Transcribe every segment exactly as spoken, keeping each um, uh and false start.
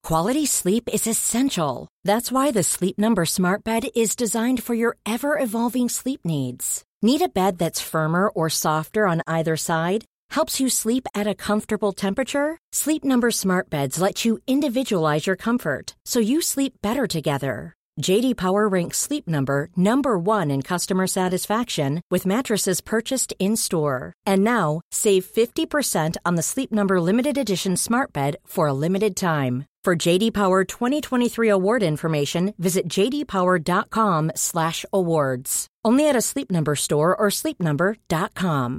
Quality sleep is essential. That's why the Sleep Number Smart Bed is designed for your ever-evolving sleep needs. Need a bed that's firmer or softer on either side? Helps you sleep at a comfortable temperature? Sleep Number Smart Beds let you individualize your comfort, so you sleep better together. J D Power ranks Sleep Number number one in customer satisfaction with mattresses purchased in-store. And now, save fifty percent on the Sleep Number Limited Edition Smart Bed for a limited time. For J D Power twenty twenty-three award information, visit j d power dot com slash awards. Only at a Sleep Number store or sleep number dot com.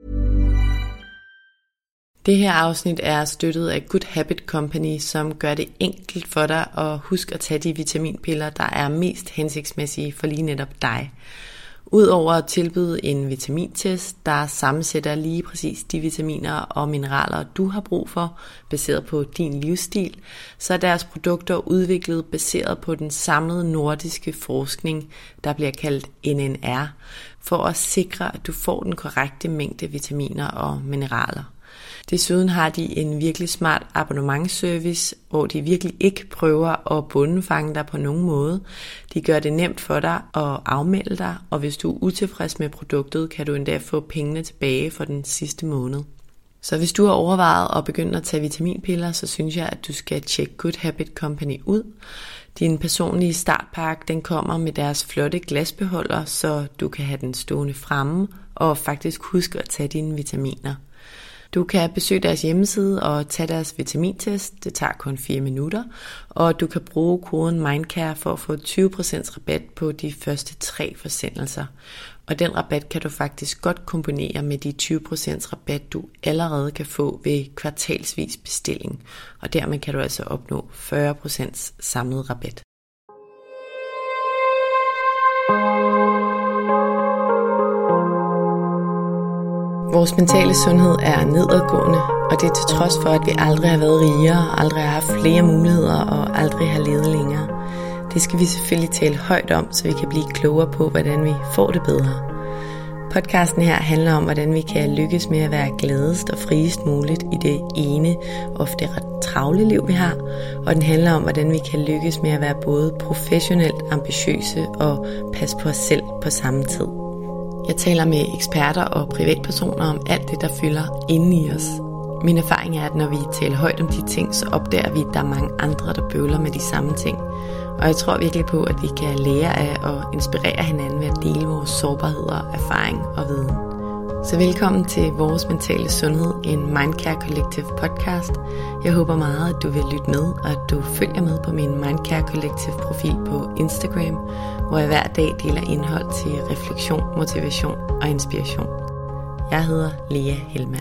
Det her afsnit er støttet af Good Habit Company, som gør det enkelt for dig at huske at tage de vitaminpiller, der er mest hensigtsmæssige for lige netop dig. Udover at tilbyde en vitamintest, der sammensætter lige præcis de vitaminer og mineraler, du har brug for, baseret på din livsstil, så er deres produkter udviklet baseret på den samlede nordiske forskning, der bliver kaldt N N R, for at sikre, at du får den korrekte mængde vitaminer og mineraler. Desuden har de en virkelig smart abonnementsservice, hvor de virkelig ikke prøver at bundefange dig på nogen måde. De gør det nemt for dig at afmelde dig, og hvis du er utilfreds med produktet, kan du endda få pengene tilbage for den sidste måned. Så hvis du har overvejet at begynde at tage vitaminpiller, så synes jeg, at du skal tjekke Good Habit Company ud. Din personlige startpakke, den kommer med deres flotte glasbeholder, så du kan have den stående fremme og faktisk huske at tage dine vitaminer. Du kan besøge deres hjemmeside og tage deres vitamintest. Det tager kun fire minutter. Og du kan bruge koden MindCare for at få tyve procent rabat på de første tre forsendelser. Og den rabat kan du faktisk godt kombinere med de tyve procent rabat, du allerede kan få ved kvartalsvis bestilling. Og dermed kan du altså opnå fyrre procent samlet rabat. Vores mentale sundhed er nedadgående, og det er til trods for, at vi aldrig har været rigere, aldrig har haft flere muligheder og aldrig har levet længere. Det skal vi selvfølgelig tale højt om, så vi kan blive klogere på, hvordan vi får det bedre. Podcasten her handler om, hvordan vi kan lykkes med at være gladest og friest muligt i det ene, ofte ret travle liv, vi har. Og den handler om, hvordan vi kan lykkes med at være både professionelt ambitiøse og passe på os selv på samme tid. Jeg taler med eksperter og privatpersoner om alt det, der fylder inde i os. Min erfaring er, at når vi taler højt om de ting, så opdager vi, at der er mange andre, der bøvler med de samme ting. Og jeg tror virkelig på, at vi kan lære af og inspirere hinanden ved at dele vores sårbarheder, erfaring og viden. Så velkommen til Vores Mentale Sundhed, en Mindcare Collective podcast. Jeg håber meget, at du vil lytte med, og at du følger med på min Mindcare Collective profil på Instagram, hvor jeg hver dag deler indhold til refleksion, motivation og inspiration. Jeg hedder Lea Helmand.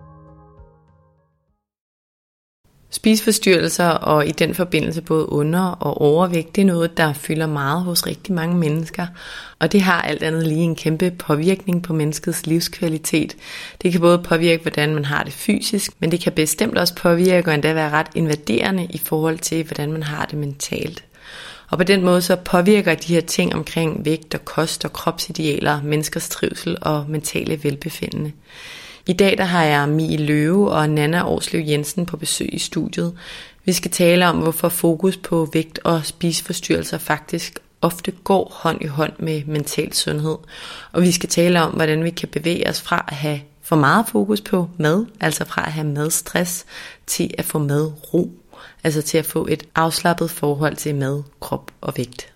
Spiseforstyrrelser og i den forbindelse både under- og overvægt, det er noget, der fylder meget hos rigtig mange mennesker. Og det har alt andet lige en kæmpe påvirkning på menneskets livskvalitet. Det kan både påvirke, hvordan man har det fysisk, men det kan bestemt også påvirke og endda være ret invaderende i forhold til, hvordan man har det mentalt. Og på den måde så påvirker de her ting omkring vægt og kost og kropsidealer, menneskers trivsel og mentale velbefindende. I dag der har jeg Mie Løve og Nanna Årslev Jensen på besøg i studiet. Vi skal tale om, hvorfor fokus på vægt og spiseforstyrrelser faktisk ofte går hånd i hånd med mental sundhed. Og vi skal tale om, hvordan vi kan bevæge os fra at have for meget fokus på mad, altså fra at have madstress, til at få madro, altså til at få et afslappet forhold til mad, krop og vægt.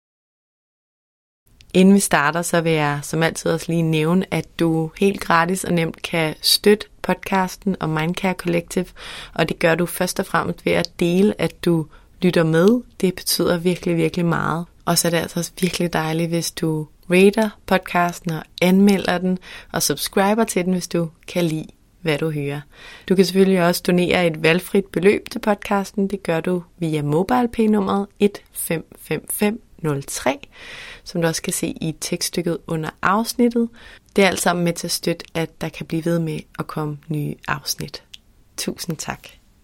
Inden vi starter, så vil jeg som altid også lige nævne, at du helt gratis og nemt kan støtte podcasten og Mindcare Collective, og det gør du først og fremmest ved at dele, at du lytter med. Det betyder virkelig, virkelig meget. Og så er det altså også virkelig dejligt, hvis du rater podcasten og anmelder den, og subscriber til den, hvis du kan lide, hvad du hører. Du kan selvfølgelig også donere et valgfrit beløb til podcasten. Det gør du via MobilePay-nummeret et fem fem fem nul tre, som du også kan se i tekststykket under afsnittet. Det er alt sammen med til at støtte, at der kan blive ved med at komme nye afsnit. Tusind tak.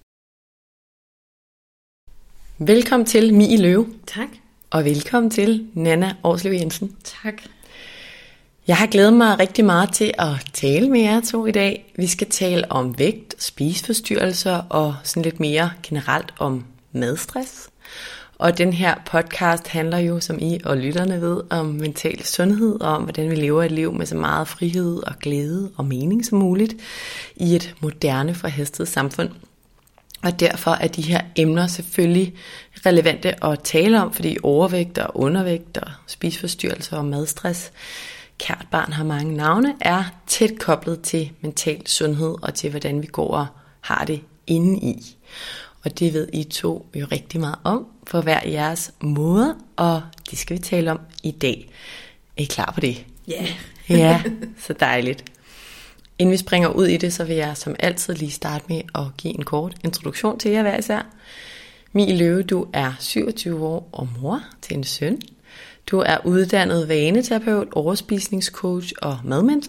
Velkommen til Mie Løve. Tak. Og velkommen til Nanna Årslev Jensen. Tak. Jeg har glædet mig rigtig meget til at tale med jer to i dag. Vi skal tale om vægt, spiseforstyrrelser og sådan lidt mere generelt om madstress. Og den her podcast handler jo, som I og lytterne ved, om mental sundhed og om, hvordan vi lever et liv med så meget frihed og glæde og mening som muligt i et moderne forhastet samfund. Og derfor er de her emner selvfølgelig relevante at tale om, fordi overvægt og undervægt og spiseforstyrrelser og madstress, kært barn har mange navne, er tæt koblet til mental sundhed og til, hvordan vi går og har det inde i. Og det ved I to jo rigtig meget om for hver jeres måde, og det skal vi tale om i dag. Er I klar på det? Ja. Yeah. Ja, så dejligt. Inden vi springer ud i det, så vil jeg som altid lige starte med at give en kort introduktion til jer hver især. Mie Løve, du er syvogtyve år og mor til en søn. Du er uddannet vaneterapeut, overspisningscoach og madmentor.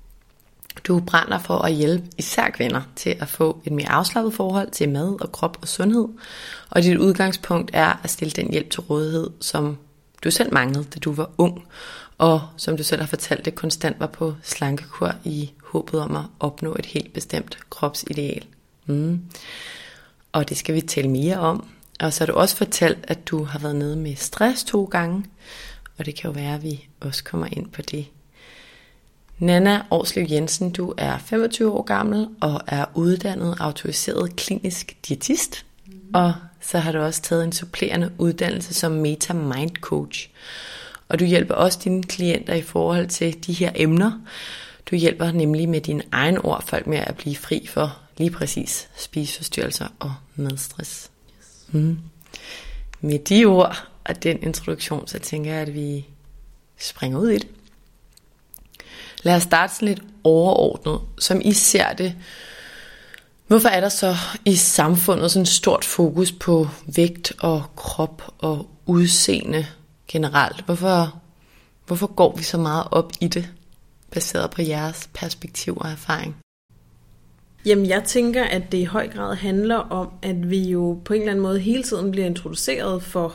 Du brænder for at hjælpe især kvinder til at få et mere afslappet forhold til mad og krop og sundhed. Og dit udgangspunkt er at stille den hjælp til rådighed, som du selv manglede, da du var ung. Og som du selv har fortalt det, konstant var på slankekur i håbet om at opnå et helt bestemt kropsideal. Mm. Og det skal vi tale mere om. Og så har du også fortalt, at du har været nede med stress to gange. Og det kan jo være, at vi også kommer ind på det. Nanna Årslev Jensen, du er femogtyve år gammel og er uddannet autoriseret klinisk diætist. Mm. Og så har du også taget en supplerende uddannelse som Meta Mind Coach. Og du hjælper også dine klienter i forhold til de her emner. Du hjælper nemlig med dine egne ord folk med at blive fri for lige præcis spiseforstyrrelser og madstress. Yes. Mm. Med de ord og den introduktion, så tænker jeg, at vi springer ud i det. Lad os starte sådan lidt overordnet, som I ser det. Hvorfor er der så i samfundet sådan et stort fokus på vægt og krop og udseende generelt? Hvorfor, hvorfor går vi så meget op i det, baseret på jeres perspektiv og erfaring? Jamen, jeg tænker, at det i høj grad handler om, at vi jo på en eller anden måde hele tiden bliver introduceret for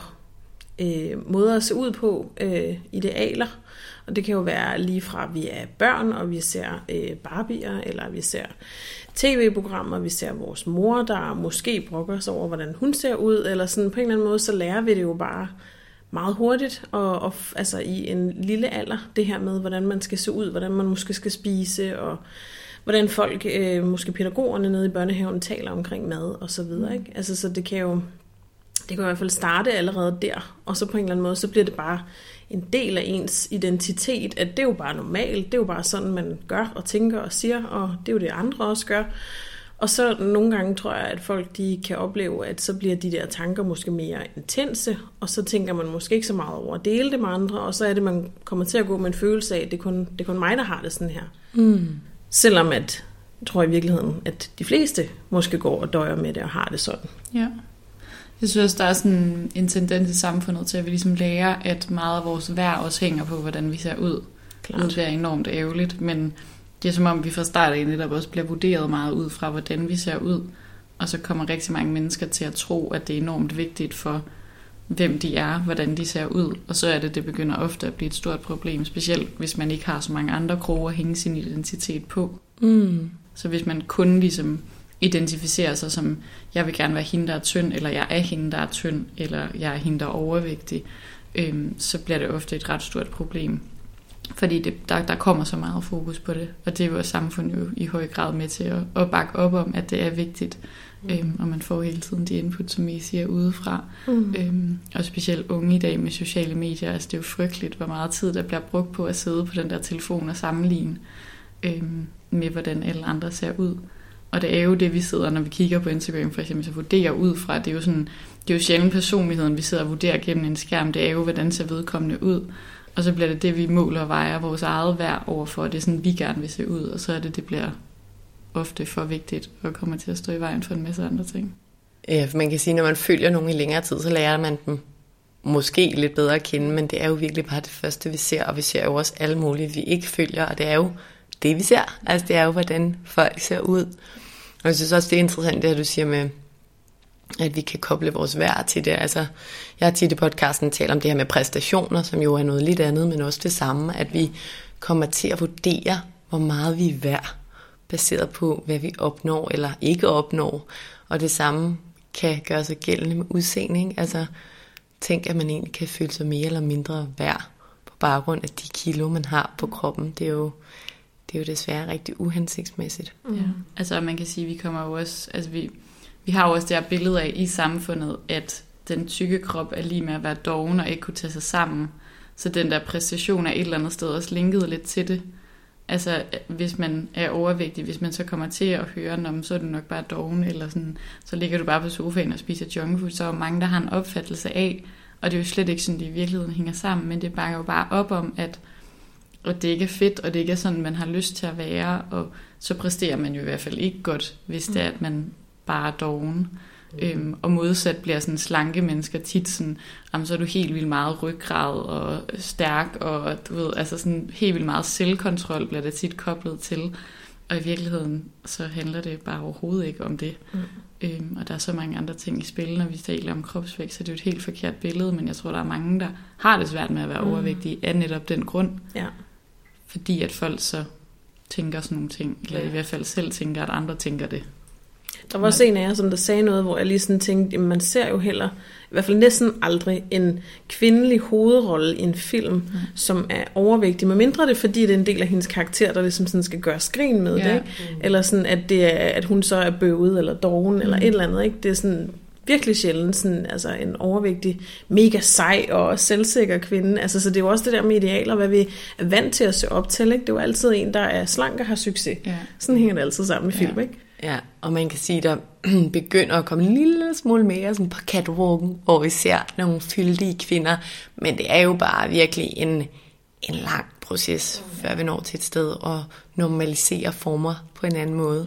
øh, måder at se ud på, øh, idealer. Og det kan jo være lige fra, at vi er børn, og vi ser øh, Barbier, eller vi ser tv-programmer, vi ser vores mor, der måske brokker sig over, hvordan hun ser ud, eller sådan på en eller anden måde, så lærer vi det jo bare meget hurtigt, og, og altså i en lille alder, det her med, hvordan man skal se ud, hvordan man måske skal spise, og hvordan folk, øh, måske pædagogerne nede i børnehaven, taler omkring mad, og så videre, ikke? Altså, så det kan jo, det kan i hvert fald starte allerede der, og så på en eller anden måde, så bliver det bare en del af ens identitet, at det er jo bare normalt, det er jo bare sådan, man gør og tænker og siger, og det er jo det, andre også gør. Og så nogle gange tror jeg, at folk de kan opleve, at så bliver de der tanker måske mere intense, og så tænker man måske ikke så meget over at dele det med andre, og så er det, man kommer til at gå med en følelse af, at det er kun, det er kun mig, der har det sådan her. Mm. Selvom at, jeg tror i virkeligheden, at de fleste måske går og døjer med det og har det sådan. Ja. Jeg synes, der er sådan en tendens i samfundet til, at vi ligesom lærer, at meget af vores værd også hænger på, hvordan vi ser ud. Klart. Det er enormt ærgerligt, men det er som om, vi fra start af netop også bliver vurderet meget ud fra, hvordan vi ser ud. Og så kommer rigtig mange mennesker til at tro, at det er enormt vigtigt for, hvem de er, hvordan de ser ud. Og så er det, det begynder ofte at blive et stort problem, specielt hvis man ikke har så mange andre kroge at hænge sin identitet på. Mm. Så hvis man kun ligesom identificerer sig som, jeg vil gerne være hende, der er tynd, eller jeg er hende, der er tynd, eller jeg er hende, der er overvægtig, øhm, så bliver det ofte et ret stort problem. Fordi det, der, der kommer så meget fokus på det, og det er jo samfundet jo i høj grad med til at, at bakke op om, at det er vigtigt, mm. øhm, og man får hele tiden de input, som I siger, udefra. Mm. Øhm, og specielt unge i dag med sociale medier, altså det er jo frygteligt, hvor meget tid der bliver brugt på at sidde på den der telefon og sammenligne øhm, med, hvordan alle andre ser ud. Og det er jo det, vi sidder, når vi kigger på Instagram for eksempel, så vurderer ud fra. Det er jo sådan, det er jo sjældent personligheden, vi sidder og vurderer gennem en skærm. Det er jo, hvordan ser vedkommende ud. Og så bliver det det, vi måler og vejer vores eget værd overfor. Det er sådan, vi gerne vil se ud. Og så er det, det bliver ofte for vigtigt og kommer til at stå i vejen for en masse andre ting. Ja, for man kan sige, når man følger nogen i længere tid, så lærer man dem måske lidt bedre at kende. Men det er jo virkelig bare det første, vi ser. Og vi ser jo også alle mulige, vi ikke følger. Og det er jo det, vi ser. Altså det er jo, hvordan folk ser ud. Og jeg synes også, det er interessant, det her, du siger med, at vi kan koble vores værd til det. Altså, jeg har tit i podcasten talt om det her med præstationer, som jo er noget lidt andet, men også det samme, at vi kommer til at vurdere, hvor meget vi er værd, baseret på, hvad vi opnår eller ikke opnår. Og det samme kan gøre sig gældende med udseende, ikke? Altså, tænk, at man egentlig kan føle sig mere eller mindre værd på baggrund af de kilo, man har på kroppen. Det er jo, det er jo desværre rigtig uhensigtsmæssigt. Ja. Altså, man kan sige, at vi kommer jo også, altså vi, vi har jo også det her billede af i samfundet, at den tykke krop er lige med at være doven og ikke kunne tage sig sammen. Så den der præstation er et eller andet sted også linket lidt til det. Altså, hvis man er overvægtig, hvis man så kommer til at høre, om så er du nok bare doven, eller sådan, så ligger du bare på sofaen og spiser junkfood, så er jo mange, der har en opfattelse af, og det er jo slet ikke sådan, det i virkeligheden hænger sammen, men det bakker jo bare op om, at, at det ikke er fedt, og det ikke er sådan, man har lyst til at være, og så præsterer man jo i hvert fald ikke godt, hvis det er, at man bare er doven. Mm. Øhm, og modsat bliver sådan slanke mennesker tit sådan, jamen, så er du helt vildt meget ryggrad og stærk, og du ved, altså sådan helt vildt meget selvkontrol bliver det tit koblet til, og i virkeligheden så handler det bare overhovedet ikke om det. Mm. Øhm, og der er så mange andre ting i spil, når vi taler om kropsvægt, så det er jo et helt forkert billede, men jeg tror, der er mange, der har det svært med at være mm. overvægtige af netop den grund, ja. Fordi at folk så tænker sådan nogle ting, eller ja. I hvert fald selv tænker, at andre tænker det. Der var også en af jer, som der sagde noget, hvor jeg lige sådan tænkte, man ser jo heller, i hvert fald næsten aldrig, en kvindelig hovedrolle i en film, mm. som er overvægtig, medmindre det er, fordi det er en del af hendes karakter, der ligesom sådan skal gøre skrin med ja. Det, ikke? Mm. Eller sådan, at, det er, at hun så er bøvet, eller doven, mm. eller et eller andet, ikke? Det er sådan virkelig sjældent, sådan, altså en overvægtig, mega sej og selvsikker kvinde, altså så det er jo også det der med idealer, hvad vi er vant til at se op til, ikke? Det er jo altid en, der er slank og har succes. Ja. Sådan hænger det altid sammen i film, ja. Ikke? Ja, og man kan sige, der begynder at komme en lille smule mere sådan på catwalken, hvor vi ser nogle fyldige kvinder, men det er jo bare virkelig en, en lang proces, før vi når til et sted og normaliserer former på en anden måde.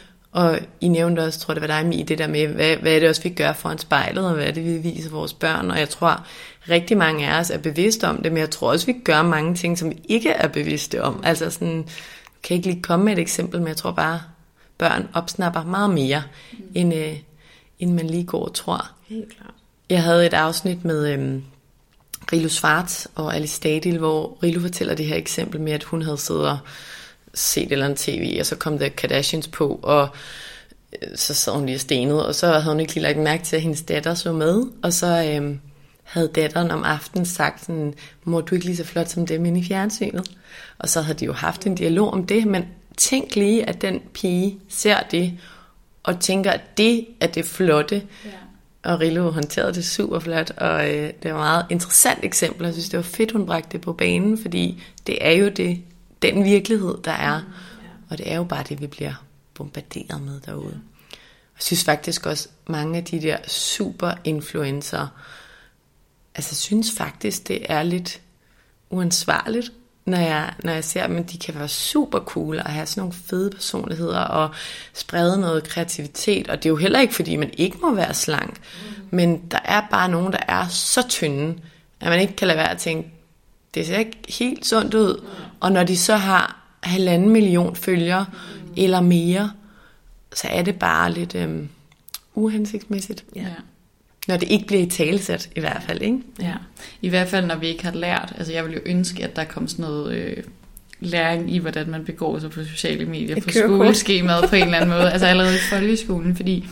Og I nævnte også, tror jeg det var dig, Mie, det der med, hvad, hvad er det også, vi gør foran spejlet, og hvad er det, vi viser vores børn, og jeg tror, rigtig mange af os er bevidste om det, men jeg tror også, vi gør mange ting, som vi ikke er bevidste om. Altså sådan, jeg kan ikke lige komme med et eksempel, men jeg tror bare, børn opsnapper meget mere, mm. end, øh, end man lige går og tror. Helt klart. Jeg havde et afsnit med øh, Rilo Schwartz og Alice Stadil, hvor Rilo fortæller det her eksempel med, at hun havde siddet og set et eller andet tv, og så kom The Kardashians på, og øh, så sad hun lige og stenede, og så havde hun ikke lige lagt mærke til, at hendes datter så med, og så øh, havde datteren om aftenen sagt sådan, mor, du er ikke lige så flot som dem inde i fjernsynet. Og så havde de jo haft en dialog om det, men tænk lige, at den pige ser det, og tænker, at det er det flotte. Ja. Og Rilo håndterede det super flot, og øh, det var et meget interessant eksempel. Jeg synes, det var fedt, hun bragte det på banen, fordi det er jo det, den virkelighed, der er. Mm, ja. Og det er jo bare det, vi bliver bombarderet med derude. Ja. Jeg synes faktisk også, mange af de der super influencer, altså synes faktisk, det er lidt uansvarligt, Når jeg, når jeg ser dem, de kan være super cool og have sådan nogle fede personligheder og sprede noget kreativitet. Og det er jo heller ikke, fordi man ikke må være slank. Mm. Men der er bare nogen, der er så tynde, at man ikke kan lade være at tænke, det ser ikke helt sundt ud. Mm. Og når de så har halvanden million følgere mm. eller mere, så er det bare lidt øhm, uhensigtsmæssigt. Ja. Når det ikke bliver i talesæt, i hvert fald, ikke? Ja, i hvert fald, når vi ikke har lært. Altså, jeg vil jo ønske, at der kom sådan noget øh, læring i, hvordan man begår sig på sociale medier, på skoleskemaet på en eller anden måde. Altså allerede i folkeskolen, fordi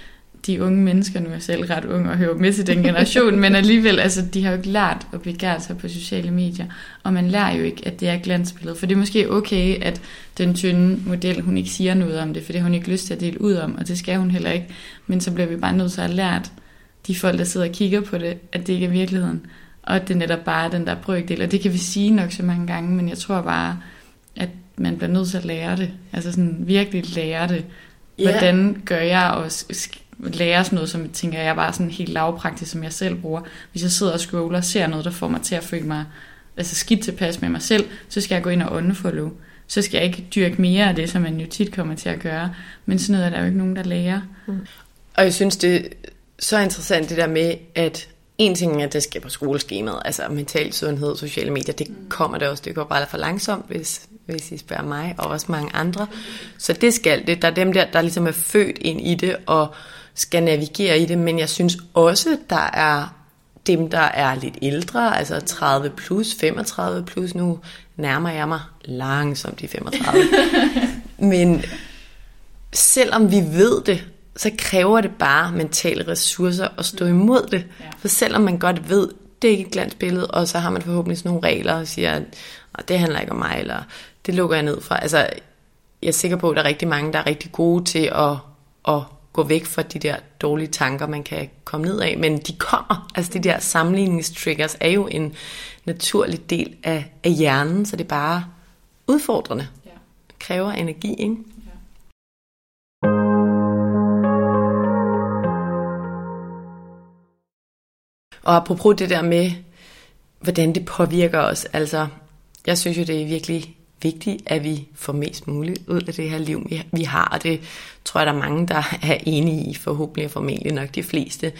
de unge mennesker, nu er jeg selv ret ung og hører med til den generation, men alligevel, altså, de har jo ikke lært at begære sig på sociale medier. Og man lærer jo ikke, at det er glansbillede. For det er måske okay, at den tynde model, hun ikke siger noget om det, for det har hun ikke lyst til at dele ud om, og det skal hun heller ikke. Men så bliver vi bare nødt til at have lært de folk, der sidder og kigger på det, at det ikke er virkeligheden. Og at det netop bare er den der brøkdel. Og det kan vi sige nok så mange gange, men jeg tror bare, at man bliver nødt til at lære det. Altså sådan virkelig lære det. Hvordan yeah. gør jeg også lære sådan noget, som tænker jeg bare sådan helt lavpraktisk, som jeg selv bruger. Hvis jeg sidder og scroller og ser noget, der får mig til at føle mig altså skidt tilpas med mig selv, så skal jeg gå ind og unfollow. Så skal jeg ikke dyrke mere af det, som man jo tit kommer til at gøre. Men sådan noget er der jo ikke nogen, der lærer. Mm. Og jeg synes, det så interessant det der med, at en ting er, at det skal på skoleskemaet, altså mental sundhed, sociale medier, det kommer det også, det går bare for langsomt, hvis, hvis I spørger mig, og også mange andre. Så det skal det, der er dem der, der ligesom er født ind i det, og skal navigere i det, men jeg synes også, der er dem, der er lidt ældre, altså tredive plus, femogtredive plus, nu nærmer jeg mig langsomt de femogtredive. Men selvom vi ved det, så kræver det bare mentale ressourcer at stå imod det. Ja. For selvom man godt ved, det er ikke et glansbillede, og så har man forhåbentlig sådan nogle regler, og siger, at det handler ikke om mig, eller det lukker jeg ned fra. Altså, jeg er sikker på, at der er rigtig mange, der er rigtig gode til at, at gå væk fra de der dårlige tanker, man kan komme ned af. Men de kommer, altså de der sammenligningstriggers er jo en naturlig del af, af hjernen, så det er bare udfordrende. Ja. Det kræver energi, ikke? Ja. Og apropos det der med, hvordan det påvirker os, altså, jeg synes jo, det er virkelig vigtigt, at vi får mest muligt ud af det her liv, vi har, og det tror jeg, der er mange, der er enige i, forhåbentlig og formentlig nok de fleste.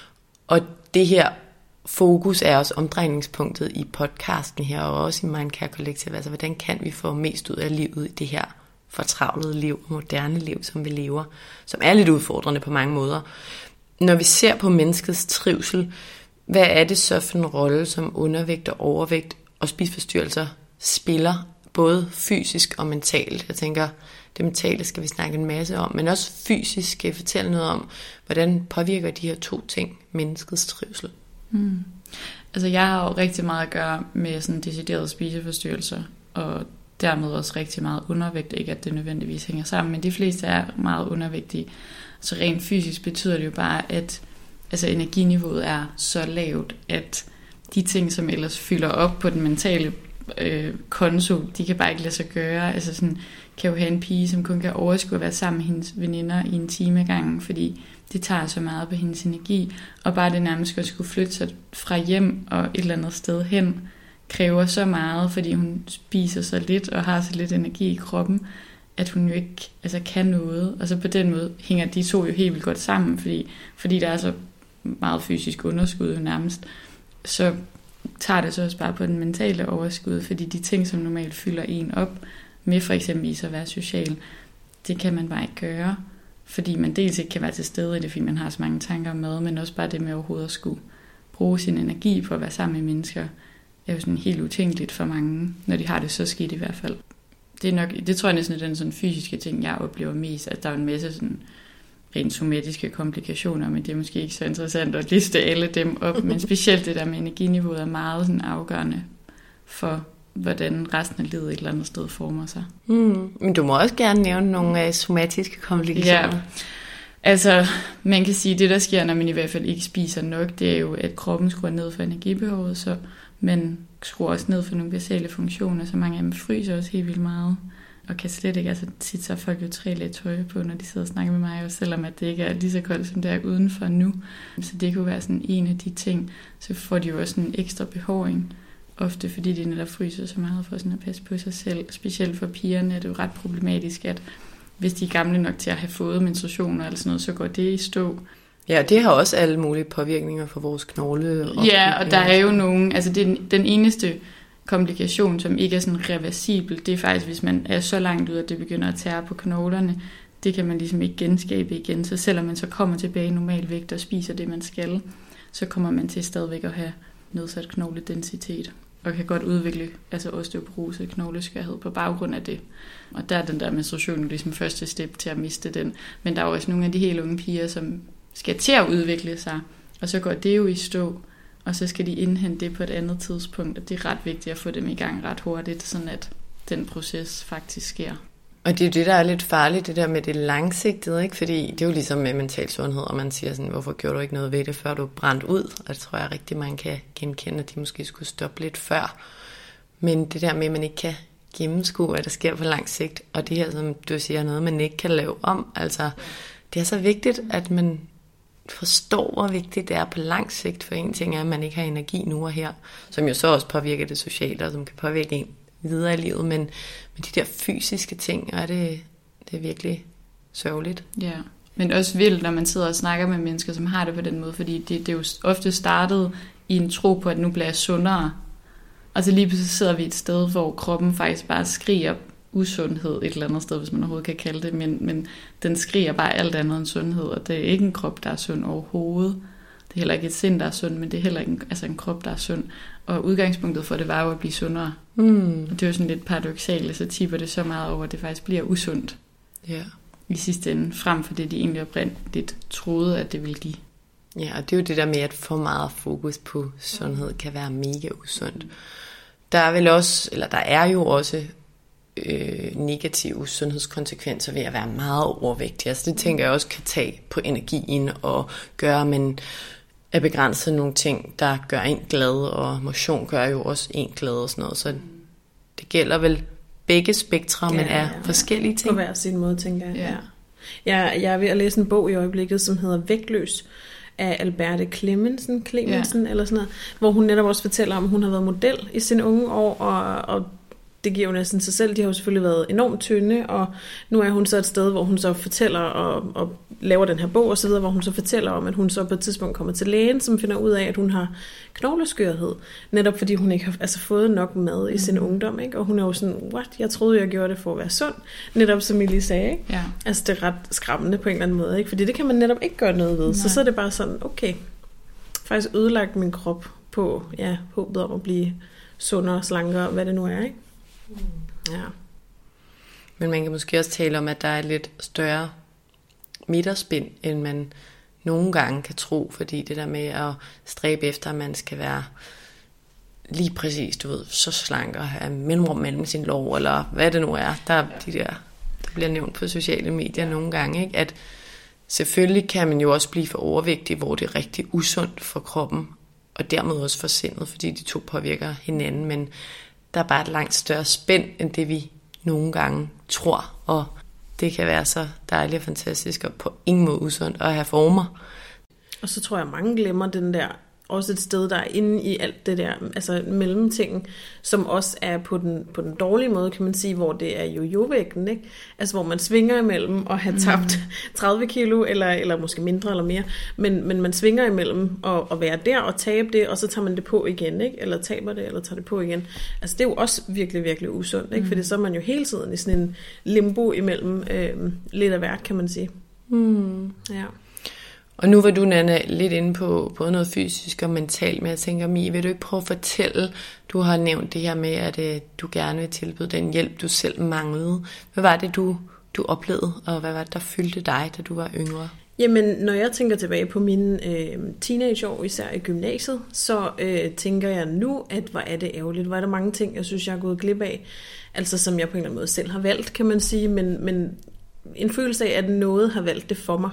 Og det her fokus er også omdrejningspunktet i podcasten her, og også i Mindcare Collective, altså hvordan kan vi få mest ud af livet i det her fortravlede liv, moderne liv, som vi lever, som er lidt udfordrende på mange måder. Når vi ser på menneskets trivsel, hvad er det så for en rolle, som undervægt og overvægt og spiseforstyrrelser spiller, både fysisk og mentalt? Jeg tænker, det mentale skal vi snakke en masse om, men også fysisk skal jeg fortælle noget om, hvordan påvirker de her to ting menneskets trivsel? Mm. Altså jeg har jo rigtig meget at gøre med sådan deciderede spiseforstyrrelser, og dermed også rigtig meget undervægt. Ikke at det nødvendigvis hænger sammen, men de fleste er meget undervægtige. Så rent fysisk betyder det jo bare, at altså energiniveauet er så lavt, at de ting, som ellers fylder op på den mentale øh, konto, de kan bare ikke lade sig gøre. Altså sådan, kan jo have en pige, som kun kan overskue at være sammen med hendes veninder i en time ad gangen, fordi det tager så meget på hendes energi, og bare det nærmest at skulle flytte sig fra hjem og et eller andet sted hen, kræver så meget, fordi hun spiser så lidt og har så lidt energi i kroppen, at hun jo ikke altså, kan noget. Og så på den måde hænger de to jo helt vildt godt sammen, fordi, fordi der er så meget fysisk underskud jo nærmest, så tager det så også bare på den mentale overskud, fordi de ting, som normalt fylder en op, med for eksempel at være social, det kan man bare ikke gøre, fordi man dels ikke kan være til stede i det, fordi man har så mange tanker med, men også bare det med overhovedet at skulle bruge sin energi på at være sammen med mennesker, er jo sådan helt utænkeligt for mange, når de har det så skidt i hvert fald. Det, er nok, det tror jeg næsten er den sådan fysiske ting, jeg oplever mest, at der er en masse sådan rent somatiske komplikationer, men det er måske ikke så interessant at liste alle dem op, men specielt det der med energiniveauet er meget sådan afgørende for, hvordan resten af livet et eller andet sted former sig. Mm, men du må også gerne nævne nogle uh, somatiske komplikationer. Ja, altså man kan sige, at det der sker, når man i hvert fald ikke spiser nok, det er jo, at kroppen skruer ned for energibehovet, så man skruer også ned for nogle basale funktioner, så mange af dem fryser også helt vildt meget, og kan slet ikke, altså tit så har folk jo tre lag tøj på, når de sidder og snakker med mig, og selvom at det ikke er lige så koldt, som det er udenfor nu. Så det kunne være sådan en af de ting, så får de jo også en ekstra behåring, ofte fordi de netop fryser så meget for sådan at passe på sig selv. Specielt for pigerne er det jo ret problematisk, at hvis de er gamle nok til at have fået menstruationer eller sådan noget, så går det i stå. Ja, det har også alle mulige påvirkninger for vores knogle. Ja, og der er jo nogen, altså det, den eneste komplikation, som ikke er sådan reversibel, det er faktisk, hvis man er så langt ud, at det begynder at tære på knoglerne, det kan man ligesom ikke genskabe igen. Så selvom man så kommer tilbage i normal vægt og spiser det, man skal, så kommer man til stadigvæk at have nedsat knogledensitet, og kan godt udvikle altså osteoporose, knogleskørhed på baggrund af det. Og der er den der menstruation ligesom første step til at miste den. Men der er jo også nogle af de helt unge piger, som skal til at udvikle sig, og så går det jo i stå, og så skal de indhente det på et andet tidspunkt, og det er ret vigtigt at få dem i gang ret hurtigt, sådan at den proces faktisk sker. Og det er jo det, der er lidt farligt, det der med det langsigtede, ikke? Fordi det er jo ligesom med mental sundhed, og man siger sådan, hvorfor gjorde du ikke noget ved det, før du brændte ud? Og det tror jeg rigtig, man kan genkende, at de måske skulle stoppe lidt før. Men det der med, at man ikke kan gennemskue, hvad der sker på lang sigt, og det her, som du siger, noget, man ikke kan lave om, altså det er så vigtigt, at man forstår, hvor vigtigt det er på lang sigt, for en ting er, at man ikke har energi nu og her, som jo så også påvirker det sociale, og som kan påvirke en videre i livet, men, men de der fysiske ting, er det, det er virkelig sørgeligt. Ja, men også vildt, når man sidder og snakker med mennesker, som har det på den måde, fordi det, det er jo ofte startet i en tro på, at nu bliver jeg sundere, og så lige pludselig sidder vi et sted, hvor kroppen faktisk bare skriger usundhed et eller andet sted, hvis man overhovedet kan kalde det, men, men den skriger bare alt andet end sundhed, og det er ikke en krop, der er sund overhovedet. Det er heller ikke et sind, der er sund, men det er heller ikke en, altså en krop, der er sund. Og udgangspunktet for det var jo at blive sundere. Mm. Og det er jo sådan lidt paradoksalt, så tipper det så meget over, at det faktisk bliver usundt. Ja. i sidste ende, frem for det, de egentlig oprindeligt troede, at det ville give. Ja, og det er jo det der med, at for meget fokus på sundhed kan være mega usundt. Der er vel også, eller der er jo også øh, negative sundhedskonsekvenser ved at være meget overvægtig. Altså det tænker jeg også kan tage på energien og gøre, at man er begrænset nogle ting, der gør en glad, og motion gør jo også en glad og sådan noget. Så det gælder vel begge spektre, ja, men er ja, forskellige ting. På hver sin måde, tænker jeg. Ja. Ja. Jeg, jeg er ved at læse en bog i øjeblikket, som hedder Vægtløs, af Alberte Clemensen, Clemensen ja. eller sådan noget, hvor hun netop også fortæller om, at hun har været model i sine unge år, og, og det giver jo næsten sig selv. De har jo selvfølgelig været enormt tynde, og nu er hun så et sted, hvor hun så fortæller og, og laver den her bog og så videre, hvor hun så fortæller om, at hun så på et tidspunkt kommer til lægen, som finder ud af, at hun har knogleskørhed, netop fordi hun ikke har altså, fået nok mad i sin mm. ungdom, ikke? Og hun er jo sådan, what? Jeg troede, jeg gjorde det for at være sund, netop som I lige sagde, ikke? Ja. Altså det er ret skræmmende på en eller anden måde, ikke? Fordi det kan man netop ikke gøre noget ved, Nej. så så er det bare sådan, okay, faktisk ødelagt min krop på, ja, håbet om at blive sundere, slankere, hvad det nu er, ikke? Ja. Men man kan måske også tale om, at der er et lidt større midterspind, end man nogle gange kan tro, fordi det der med at stræbe efter, at man skal være lige præcis, du ved, så slank og have mellemrum mellem sin lår, eller hvad det nu er, der er de der, der bliver nævnt på sociale medier nogle gange, ikke? At selvfølgelig kan man jo også blive for overvægtig, hvor det er rigtig usundt for kroppen, og dermed også for sindet, fordi de to påvirker hinanden, men der er bare et langt større spænd, end det vi nogle gange tror, og det kan være så dejligt og fantastisk, og på ingen måde usundt at have former. Og så tror jeg, mange glemmer den der, også et sted, der er inde i alt det der, altså mellemtingen, som også er på den, på den dårlige måde, kan man sige, hvor det er jojo-vægten, ikke? Altså hvor man svinger imellem at have tabt mm. tredive kilo, eller, eller måske mindre eller mere, men, men man svinger imellem at, at være der og tabe det, og så tager man det på igen, ikke? Eller taber det, eller tager det på igen. Altså det er jo også virkelig, virkelig usundt, ikke? Mm. Fordi så er man jo hele tiden i sådan en limbo imellem øh, lidt af hvert, kan man sige. Mm. Ja. Og nu var du, Nanna, lidt inde på både noget fysisk og mentalt, men jeg tænker, Mi, vil du ikke prøve at fortælle, du har nævnt det her med, at øh, du gerne vil tilbyde den hjælp, du selv manglede. Hvad var det, du, du oplevede, og hvad var det, der fyldte dig, da du var yngre? Jamen, når jeg tænker tilbage på mine øh, teenageår, især i gymnasiet, så øh, tænker jeg nu, at hvor er det ærgerligt, hvor er der mange ting, jeg synes, jeg er gået glip af, altså som jeg på en eller anden måde selv har valgt, kan man sige, men, men en følelse af, at noget har valgt det for mig.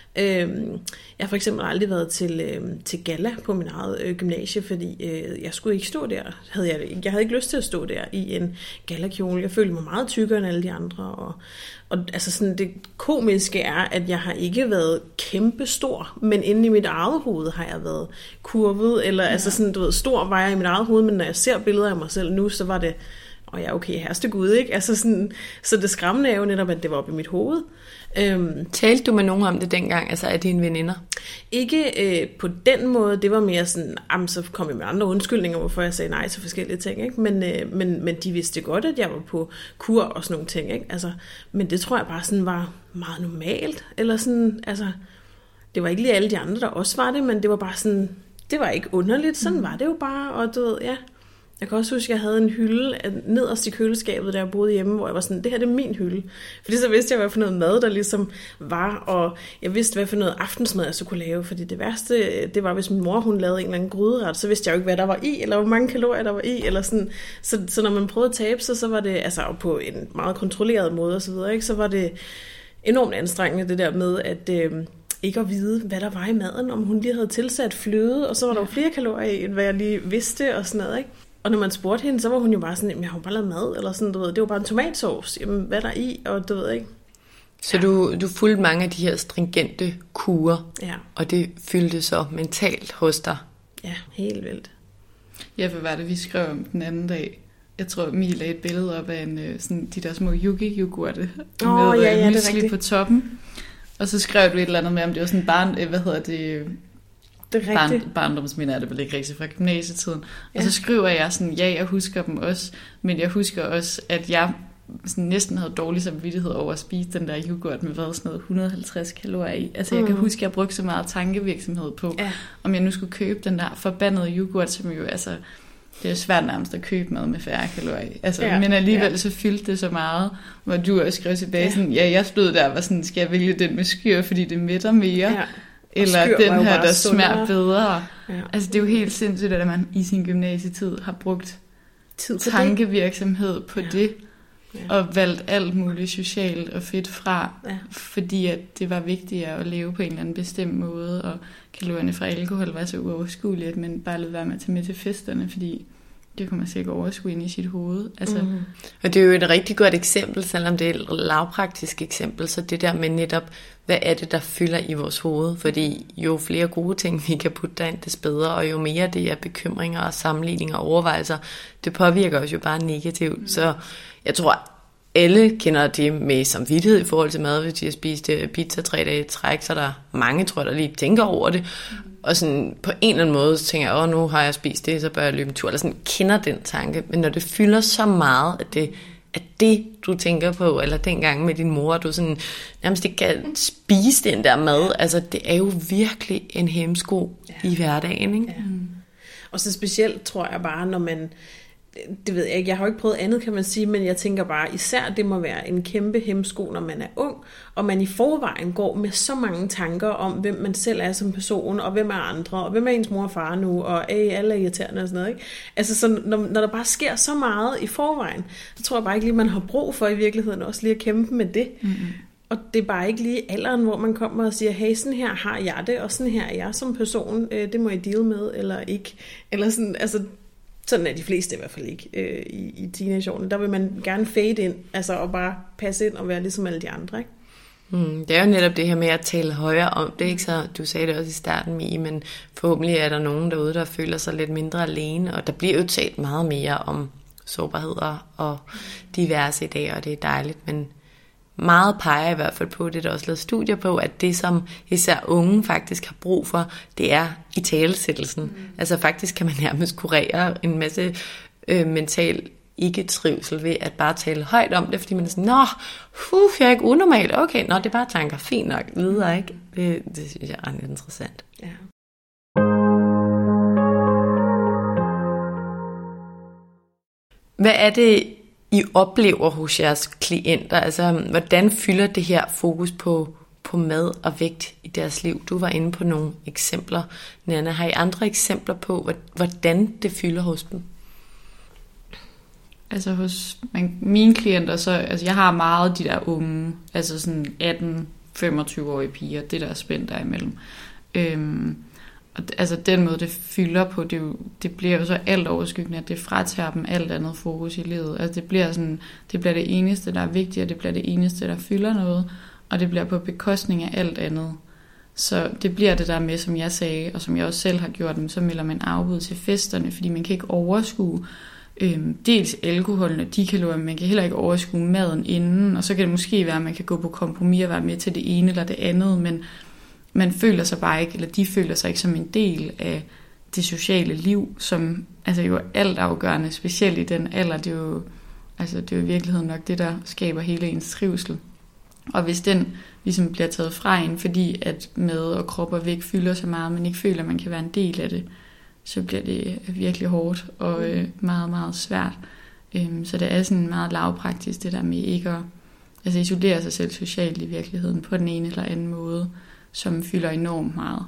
Jeg har for eksempel aldrig været til, til gala på min eget øh, gymnasie, fordi øh, jeg skulle ikke stå der. Havde jeg, jeg havde ikke lyst til at stå der i en galakjole. Jeg følte mig meget tykkere end alle de andre. Og, og altså sådan, det komiske er, at jeg har ikke været kæmpe stor, men inde i mit eget hoved har jeg været kurvet. Eller ja. altså sådan, du ved, stor var jeg i mit eget hoved, men når jeg ser billeder af mig selv nu, så var det, og ja, okay, herste Gud, ikke? Altså sådan, så det skræmmende er jo netop, at det var oppe i mit hoved. Øhm, Talte du med nogen om det dengang, altså af dine veninder? Ikke øh, på den måde, det var mere sådan, jamen, så kom jeg med andre undskyldninger, hvorfor jeg sagde nej til forskellige ting, ikke? Men, øh, men, men de vidste godt, at jeg var på kur og sådan nogle ting, ikke? Altså, men det tror jeg bare sådan var meget normalt, eller sådan, altså, det var ikke lige alle de andre, der også var det, men det var bare sådan, det var ikke underligt, sådan mm. var det jo bare, og du ved, ja. Jeg kan også huske, at jeg havde en hylde nederst i køleskabet, da jeg boede hjemme, hvor jeg var sådan, det her det er min hylde. Fordi så vidste jeg, hvad for noget mad, der ligesom var, og jeg vidste, hvad for noget aftensmad, jeg så kunne lave. Fordi det værste, det var, hvis min mor, hun lavede en eller anden gryderet, så vidste jeg jo ikke, hvad der var i, eller hvor mange kalorier der var i, eller sådan. Så, så når man prøvede at tabe sig, så var det, altså på en meget kontrolleret måde og så videre, ikke? Så var det enormt anstrengende, det der med, at øh, ikke at vide, hvad der var i maden, om hun lige havde tilsat fløde, og så var der jo flere kalorier i, end hvad jeg lige vidste, og sådan noget, ikke? Og når man spurgte hende, så var hun jo bare sådan, jamen, jeg har jo bare lavet mad, eller sådan, du ved, det var bare en tomatsauce, jamen, hvad er der i, og du ved ikke. Så ja. du, du fulgte mange af de her stringente kurer, ja. og det fyldte så mentalt hos dig? Ja, helt vildt. Ja, hvad var det, vi skrev om den anden dag? Jeg tror, Mie lagde et billede op af en, sådan, de der små yugi-yoghurte oh, med ja, ja, mysli på toppen. Og så skrev du et eller andet med, om det var sådan barn, hvad hedder det... Det er Barn, barndomsminder er det vel ikke rigtigt fra gymnasietiden. Ja. Og så skriver jeg sådan, ja, jeg husker dem også, men jeg husker også, at jeg sådan næsten havde dårlig samvittighed over at spise den der yoghurt med hvad, sådan noget et hundrede og halvtreds kalorier i. Altså jeg mm. kan huske, at jeg brugte så meget tankevirksomhed på, ja. om jeg nu skulle købe den der forbandede yoghurt, som jo altså det er svært nærmest at købe mad med færre kalorier. Altså, ja, men alligevel ja. så fyldte det så meget, hvor du også skrev tilbage ja. sådan, ja, jeg stod der og var sådan, skal jeg vælge den med skyr, fordi det mætter mere? Ja. Eller den her, der smager bedre. Ja. Altså det er jo helt sindssygt, at man i sin gymnasietid har brugt tid tankevirksomhed på ja. det, ja. og valgt alt muligt socialt og fedt fra, ja. fordi at det var vigtigere at leve på en eller anden bestemt måde, og kalorierne fra alkohol var så uoverskuelige, at man bare lød være med at tage med til festerne, fordi det kunne man sikkert overskue ind i sit hoved. Altså. Mm. Og det er jo et rigtig godt eksempel, selvom det er et lavpraktisk eksempel, så det der med netop, hvad er det, der fylder i vores hoved? Fordi jo flere gode ting, vi kan putte derind, des bedre, og jo mere det er bekymringer og sammenligninger og overvejelser, det påvirker os jo bare negativt. Mm. Så jeg tror, alle kender det med samvittighed i forhold til mad, hvis de har spist pizza tre dage i træk, så der er mange, tror jeg, der lige tænker over det. Mm. Og sådan på en eller anden måde, så tænker jeg, åh, nu har jeg spist det, så bør jeg løbe en tur. Eller sådan kender den tanke. Men når det fylder så meget, at det at det, du tænker på, eller dengang med din mor, du sådan nærmest ikke kan spise den der mad, altså det er jo virkelig en hæmsko ja. i hverdagen, ikke? Ja. Og så specielt tror jeg bare, når man, det ved jeg ikke, jeg har jo ikke prøvet andet, kan man sige, men jeg tænker bare, især det må være en kæmpe hæmsko, når man er ung, og man i forvejen går med så mange tanker om, hvem man selv er som person, og hvem er andre, og hvem er ens mor og far nu, og øh, alle er irriterende og sådan noget, ikke? Altså, så når, når der bare sker så meget i forvejen, så tror jeg bare ikke lige, man har brug for i virkeligheden også lige at kæmpe med det. Mm-hmm. Og det er bare ikke lige alderen, hvor man kommer og siger, hey, sådan her har jeg det, og sådan her er jeg som person, øh, det må I deal med, eller ikke. Eller sådan, altså, sådan er de fleste i hvert fald ikke øh, i, i teenageårene. Der vil man gerne fade ind, altså og bare passe ind og være ligesom alle de andre, ikke? Mm, det er jo netop det her med at tale højere om det, ikke? Så du sagde det også i starten, Mie, men forhåbentlig er der nogen derude, der føler sig lidt mindre alene, og der bliver jo talt meget mere om sårbarheder og diverse i dag, og det er dejligt, men meget peger i hvert fald på, det er der også lavet studier på, at det som især unge faktisk har brug for, det er italesættelsen. Mm. Altså faktisk kan man nærmest kurere en masse øh, mental ikke-trivsel ved at bare tale højt om det, fordi man er sådan, nå, huh, jeg er ikke unormal, okay, nå, det er bare tanker, fint nok, videre, ikke? Det, det synes jeg er ret interessant. Ja. Hvad er det, I oplever hos jeres klienter? Altså, hvordan fylder det her fokus på, på mad og vægt i deres liv? Du var inde på nogle eksempler, Nanna. Har I andre eksempler på, hvordan det fylder hos dem? Altså hos mine klienter, så altså jeg har meget de der unge, altså sådan atten femogtyve-årige piger, det der er spændt derimellem. Øhm, og altså den måde, det fylder på, det, jo, det bliver jo så alt overskyggende, at det fratager dem alt andet fokus i livet. Altså det bliver sådan, det bliver det eneste, der er vigtigt, og det bliver det eneste, der fylder noget, og det bliver på bekostning af alt andet. Så det bliver det der med, som jeg sagde, og som jeg også selv har gjort dem, så melder man afbud til festerne, fordi man kan ikke overskue øhm, dels alkoholen og de kalorier, men man kan heller ikke overskue maden inden, og så kan det måske være, at man kan gå på kompromis og være med til det ene eller det andet, men man føler sig bare ikke, eller de føler sig ikke som en del af det sociale liv, som altså jo er altafgørende, specielt i den alder. Det er jo, altså det er jo i virkeligheden nok det, der skaber hele ens trivsel. Og hvis den ligesom bliver taget fra en, fordi at mad og krop og vægt fylder så meget, men ikke føler, at man kan være en del af det, så bliver det virkelig hårdt og øh, meget, meget svært. Øhm, så det er sådan meget lavpraktisk, det der med ikke at altså isolere sig selv socialt i virkeligheden på den ene eller anden måde, som fylder enormt meget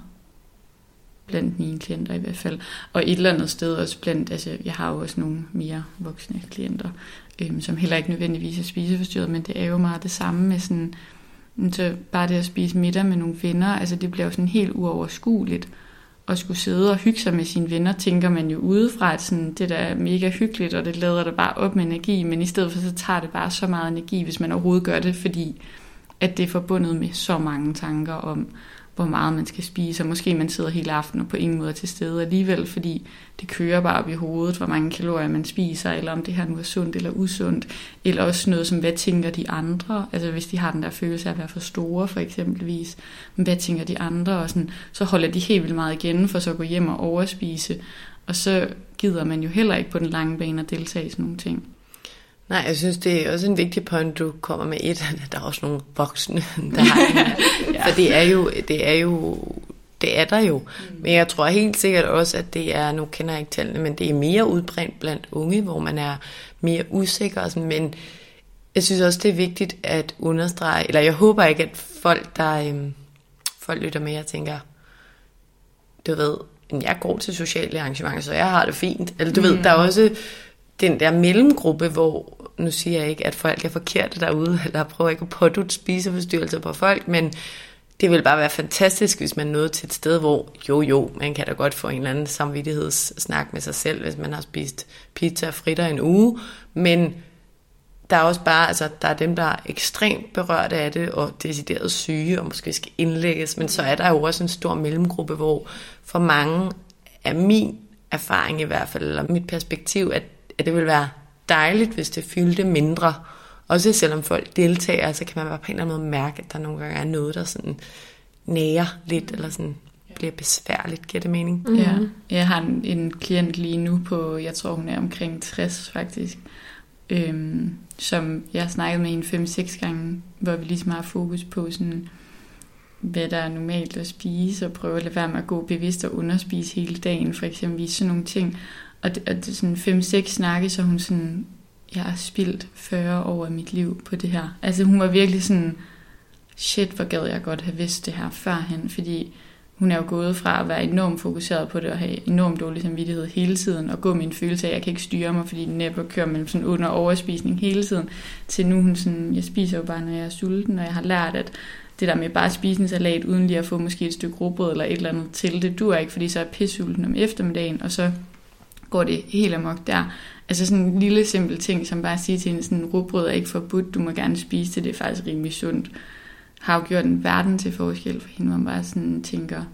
blandt mine klienter i hvert fald. Og et eller andet sted også blandt, altså jeg har jo også nogle mere voksne klienter, øhm, som heller ikke nødvendigvis er spiseforstyrret, men det er jo meget det samme med sådan, så bare det at spise middag med nogle venner, altså det bliver jo sådan helt uoverskueligt. At skulle sidde og hygge sig med sine venner, tænker man jo udefra, at sådan, det der er mega hyggeligt, og det lader det bare op med energi, men i stedet for så tager det bare så meget energi, hvis man overhovedet gør det, fordi at det er forbundet med så mange tanker om, hvor meget man skal spise, og måske man sidder hele aftenen og på ingen måde til stede alligevel, fordi det kører bare op i hovedet, hvor mange kalorier man spiser, eller om det her nu er sundt eller usundt, eller også noget som, hvad tænker de andre, altså hvis de har den der følelse af at være for store, for eksempelvis, men hvad tænker de andre, og sådan, så holder de helt vildt meget igen, for så at gå hjem og overspise, og så gider man jo heller ikke på den lange bane at deltage i sådan nogle ting. Nej, jeg synes, det er også en vigtig point, du kommer med et, at der er også nogle voksne, der har det her. Ja. For det er jo, det er jo det er der jo. Mm. Men jeg tror helt sikkert også, at det er, nu kender jeg ikke tallene, men det er mere udbredt blandt unge, hvor man er mere usikker og sådan, men jeg synes også, det er vigtigt at understrege, eller jeg håber ikke, at folk, der øhm, folk lytter med og tænker, du ved, jeg går til sociale arrangementer, så jeg har det fint. Eller du mm. ved, der er også den der mellemgruppe, hvor, nu siger jeg ikke, at folk er forkerte derude, eller prøver ikke at pådutte spiseforstyrrelser på folk, men det vil bare være fantastisk, hvis man nåede til et sted, hvor jo jo, man kan da godt få en eller anden samvittighedssnak med sig selv, hvis man har spist pizza og fritter en uge, men der er også bare, altså der er dem, der er ekstremt berørte af det, og decideret syge, og måske skal indlægges, men så er der jo også en stor mellemgruppe, hvor for mange af min erfaring i hvert fald, eller mit perspektiv, at, at det vil være dejligt, hvis det fyldte mindre. Også selvom folk deltager, så kan man bare på en eller anden måde mærke, at der nogle gange er noget, der sådan nærer lidt, eller sådan bliver besværligt, giver det mening? Mm-hmm. Ja, jeg har en, en klient lige nu på, jeg tror hun er omkring tres faktisk, øhm, som jeg har snakket med en fem seks gange, hvor vi ligesom har fokus på sådan, hvad der er normalt at spise, og prøve at lade være med at gå bevidst og underspise hele dagen, for eksempel sådan nogle ting. Og det, og det sådan fem seks snakke, så hun sådan, jeg har spildt fyrre år af mit liv på det her. Altså hun var virkelig sådan, shit, hvor gad jeg godt have vidst det her førhen, fordi hun er jo gået fra at være enormt fokuseret på det, og have enormt dårlig samvittighed hele tiden, og gå med en følelse af, at jeg kan ikke styre mig, fordi den næppe kører mellem sådan under overspisning hele tiden, til nu hun sådan, jeg spiser jo bare, når jeg er sulten, og jeg har lært, at det der med bare at spise en salat, uden lige at få måske et stykke rugbrød eller et eller andet til, det duer ikke, fordi så er jeg pissulten om eftermiddagen, og så går det helt amok der. Altså sådan en lille simpel ting, som bare at sige til hende, sådan rugbrød er ikke forbudt, du må gerne spise det, det er faktisk rimelig sundt, har jo gjort en verden til forskel for hende, hvor man bare sådan tænker,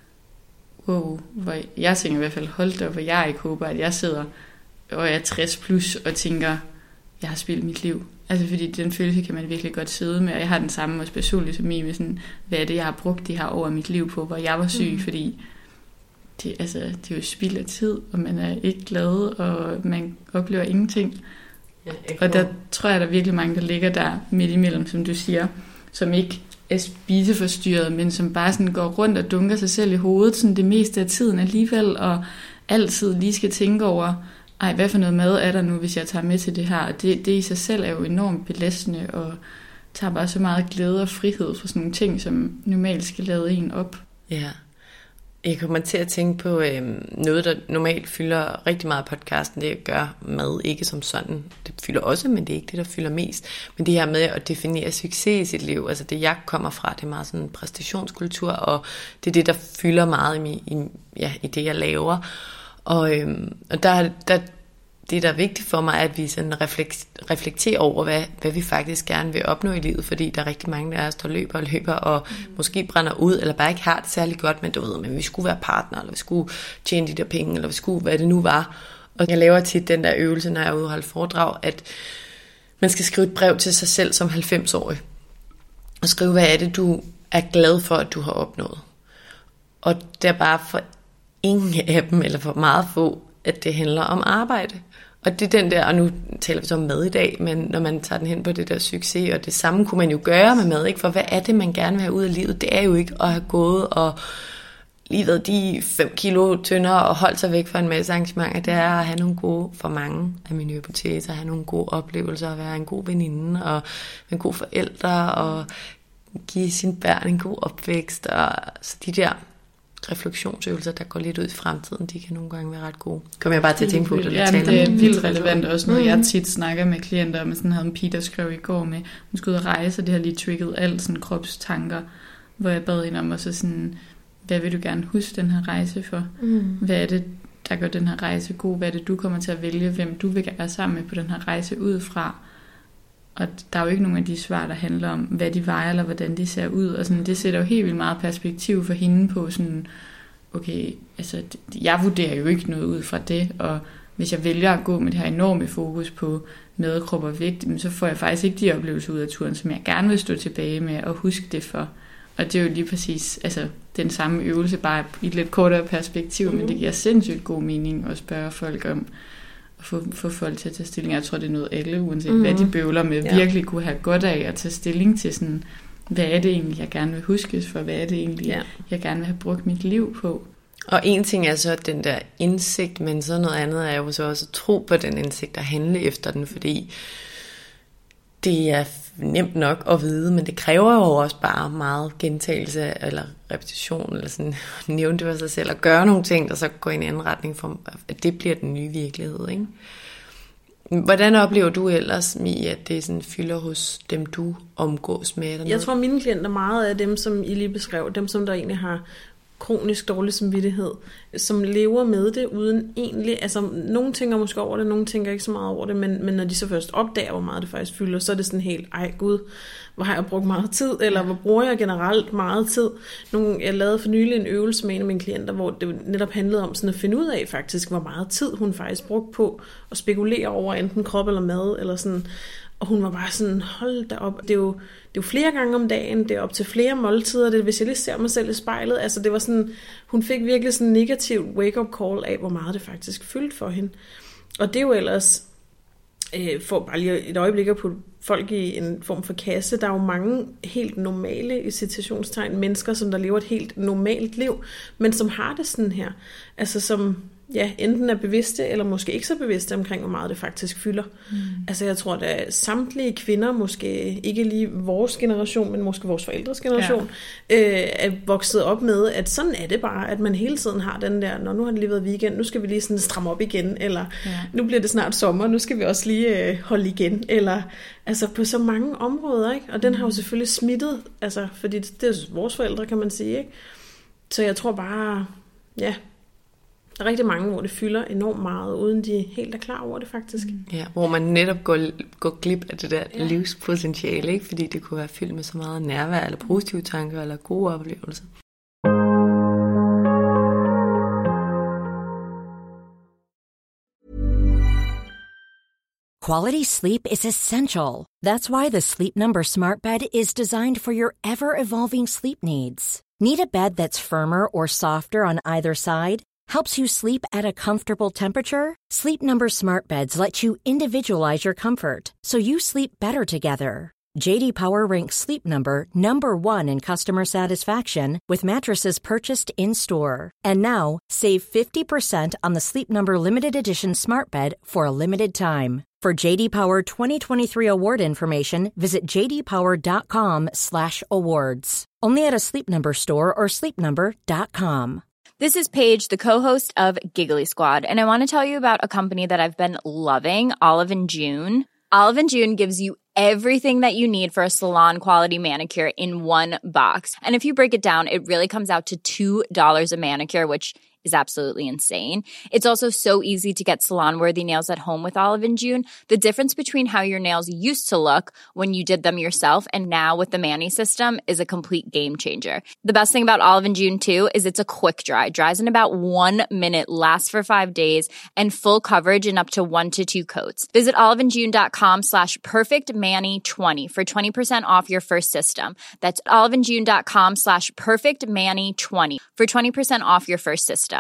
wow, hvor jeg tænker i hvert fald, hold da, hvor jeg ikke håber, at jeg sidder, og jeg er tres plus, og tænker, jeg har spildt mit liv. Altså fordi den følelse kan man virkelig godt sidde med, og jeg har den samme også personligt som mig, med sådan, hvad er det, jeg har brugt det her over mit liv på, hvor jeg var syg, mm. fordi det, altså, det er jo spild af tid, og man er ikke glad, og man oplever ingenting. Ja, og der tror jeg, der er virkelig mange, der ligger der midt imellem, som du siger, som ikke er spiseforstyrret, men som bare sådan går rundt og dunker sig selv i hovedet sådan det meste af tiden alligevel, og altid lige skal tænke over, ej, hvad for noget mad er der nu, hvis jeg tager med til det her? Og det, det i sig selv er jo enormt belastende, og tager bare så meget glæde og frihed for sådan nogle ting, som normalt skal lade en op. Ja. Jeg kommer til at tænke på øhm, noget, der normalt fylder rigtig meget podcasten, det gør mad ikke som sådan. Det fylder også, men det er ikke det, der fylder mest. Men det her med at definere succes i sit liv, altså det jeg kommer fra, det er meget sådan en præstationskultur, og det er det, der fylder meget i, mi, i, ja, i det, jeg laver. Og, øhm, og der, der, det, der er vigtigt for mig, er, at vi sådan reflekterer over, hvad, hvad vi faktisk gerne vil opnå i livet, fordi der er rigtig mange, der er, der løber og løber, og mm. måske brænder ud, eller bare ikke har det særlig godt, men du ved, men vi skulle være partner, eller vi skulle tjene de der penge, eller vi skulle, hvad det nu var. Og jeg laver tit den der øvelse, når jeg er ude og holde foredrag, at man skal skrive et brev til sig selv som halvfems-årig, og skrive, hvad er det, du er glad for, at du har opnået. Og det er bare for ingen af dem, eller for meget få, at det handler om arbejde. Og det er den der, og nu taler vi så om mad i dag, men når man tager den hen på det der succes, og det samme kunne man jo gøre med mad, ikke? For hvad er det, man gerne vil have ud af livet? Det er jo ikke at have gået og lige været de fem kilo tyndere og holdt sig væk fra en masse arrangementer. Det er at have nogle gode, for mange af mine hypoteser, at have nogle gode oplevelser, at være en god veninde, og en god forældre, og give sine børn en god opvækst, og så de der refleksionsøvelser, der går lidt ud i fremtiden, de kan nogle gange være ret gode. Kommer jeg bare til at tænke på det? Ja, det er vildt relevant også noget, jeg tit snakker med klienter om. Sådan havde en pige, der skrev i går med, hun skulle ud og rejse, og det har lige trigget alt sådan kropstanker, hvor jeg bad hende om, og så sådan, hvad vil du gerne huske den her rejse for? Mm. Hvad er det, der gør den her rejse god? Hvad er det, du kommer til at vælge? Hvem du vil være sammen med på den her rejse ud fra? Og der er jo ikke nogen af de svar, der handler om, hvad de vejer, eller hvordan de ser ud. Og sådan, det sætter jo helt vildt meget perspektiv for hende på sådan, okay, altså, jeg vurderer jo ikke noget ud fra det, og hvis jeg vælger at gå med det her enorme fokus på madkrop og vægt, så får jeg faktisk ikke de oplevelser ud af turen, som jeg gerne vil stå tilbage med og huske det for. Og det er jo lige præcis altså, den samme øvelse, bare i et lidt kortere perspektiv, men det giver sindssygt god mening at spørge folk om, Få, få folk til at tage stilling. Jeg tror, det er noget alle, uanset mm. hvad de bøvler med, ja. virkelig kunne have godt af at tage stilling til sådan, hvad er det egentlig, jeg gerne vil huskes for? Hvad er det egentlig, ja. jeg gerne vil have brugt mit liv på? Og en ting er så den der indsigt, men så noget andet er jo så også at tro på den indsigt og handle efter den, fordi det er nemt nok at vide, men det kræver jo også bare meget gentagelse eller repetition, eller sådan nævne det for sig selv, og gøre nogle ting, der så går i en anden retning, for at det bliver den nye virkelighed, ikke? Hvordan oplever du ellers, Mie, at det sådan fylder hos dem, du omgås med? Eller jeg tror, mine klienter meget af dem, som I lige beskrev, dem, som der egentlig har kronisk dårlig samvittighed, som lever med det uden egentlig, altså nogen tænker måske over det, nogen tænker ikke så meget over det, men, men når de så først opdager, hvor meget det faktisk fylder, så er det sådan helt, ej gud, hvor har jeg brugt meget tid, eller hvor bruger jeg generelt meget tid. Nogle, jeg lavede for nylig en øvelse med en af mine klienter, hvor det netop handlede om sådan at finde ud af faktisk, hvor meget tid hun faktisk brugte på at spekulere over enten krop eller mad, eller sådan. Og hun var bare sådan, hold da op, det er jo, det er jo flere gange om dagen, det er op til flere måltider, det er, hvis jeg lige ser mig selv i spejlet, altså det var sådan, hun fik virkelig sådan en negativ wake-up call af, hvor meget det faktisk fyldte for hende. Og det er jo ellers, øh, for bare lige et øjeblik at putte folk i en form for kasse, der er jo mange helt normale, i citationstegn, mennesker, som der lever et helt normalt liv, men som har det sådan her, altså som ja, enten er bevidste, eller måske ikke så bevidste omkring, hvor meget det faktisk fylder. Mm. Altså jeg tror, at samtlige kvinder, måske ikke lige vores generation, men måske vores forældres generation, ja. øh, er vokset op med, at sådan er det bare, at man hele tiden har den der, når nu har det lige været weekend, nu skal vi lige sådan stramme op igen, eller ja. nu bliver det snart sommer, nu skal vi også lige øh, holde igen, eller altså på så mange områder, ikke? Og den har jo selvfølgelig smittet, altså fordi det, det er vores forældre, kan man sige, ikke? Så jeg tror bare, ja, der er rigtig mange, hvor det fylder enormt meget, uden de helt er klar over det faktisk. Ja, hvor man netop går, går glip af det der ja. livspotentiale, ikke? Fordi det kunne være fyldt med så meget nærvær, eller positive tanker, eller gode oplevelser. Quality sleep is essential. That's why the Sleep Number Smart Bed is designed for your ever-evolving sleep needs. Need a bed that's firmer or softer on either side? Helps you sleep at a comfortable temperature? Sleep Number Smart Beds let you individualize your comfort, so you sleep better together. J D Power ranks Sleep Number number one in customer satisfaction with mattresses purchased in-store. And now, save fifty percent on the Sleep Number Limited Edition Smart Bed for a limited time. For J D Power twenty twenty-three award information, visit j d power dot com slash awards. Only at a Sleep Number store or sleep number dot com. This is Paige, the co-host of Giggly Squad, and I want to tell you about a company that I've been loving, Olive and June. Olive and June gives you everything that you need for a salon-quality manicure in one box. And if you break it down, it really comes out to two dollars a manicure, which is absolutely insane. It's also so easy to get salon-worthy nails at home with Olive and June. The difference between how your nails used to look when you did them yourself and now with the Mani system is a complete game changer. The best thing about Olive and June, too, is it's a quick dry. Dries in about one minute, lasts for five days, and full coverage in up to one to two coats. Visit oliveandjune.com slash perfectmani20 for twenty percent off your first system. That's oliveandjune.com slash perfectmani20 for twenty percent off your first system.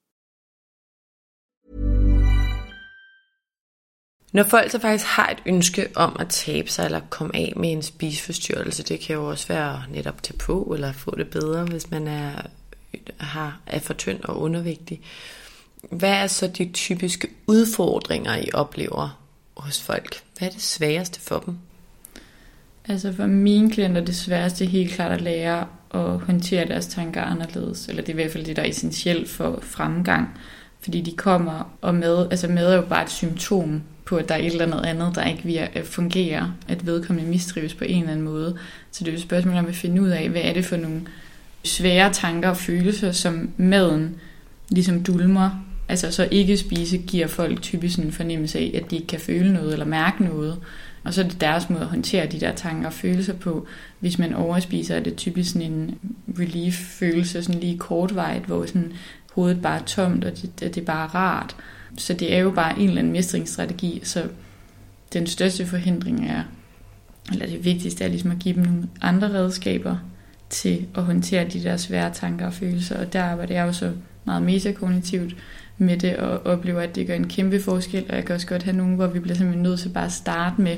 Når folk så faktisk har et ønske om at tabe sig eller komme af med en spiseforstyrrelse, det kan jo også være netop til på eller få det bedre, hvis man er, har, er for tynd og undervægtig. Hvad er så de typiske udfordringer, I oplever hos folk? Hvad er det sværeste for dem? Altså for mine klienter er det sværeste helt klart at lære at håndtere deres tanker anderledes. Eller det er i hvert fald det, der er essentielt for fremgang. Fordi de kommer, og med, altså med er jo bare et symptom på, at der er et eller andet andet, der ikke fungerer, at vedkommende mistrives på en eller anden måde. Så det er jo et spørgsmål om at finde ud af, hvad er det for nogle svære tanker og følelser, som maden ligesom dulmer. Altså så ikke spise giver folk typisk en fornemmelse af, at de ikke kan føle noget eller mærke noget. Og så er det deres måde at håndtere de der tanker og følelser på. Hvis man overspiser, er det typisk sådan en relief-følelse, sådan lige kortvarigt, hvor sådan hovedet bare er tomt, og det, det er bare rart. Så det er jo bare en eller anden mestringsstrategi. Så den største forhindring er, eller det vigtigste er ligesom at give dem nogle andre redskaber til at håndtere de der svære tanker og følelser. Og der arbejder jeg jo så meget metakognitivt med det, og oplever, at det gør en kæmpe forskel. Og jeg kan også godt have nogen, hvor vi bliver simpelthen nødt til bare at starte med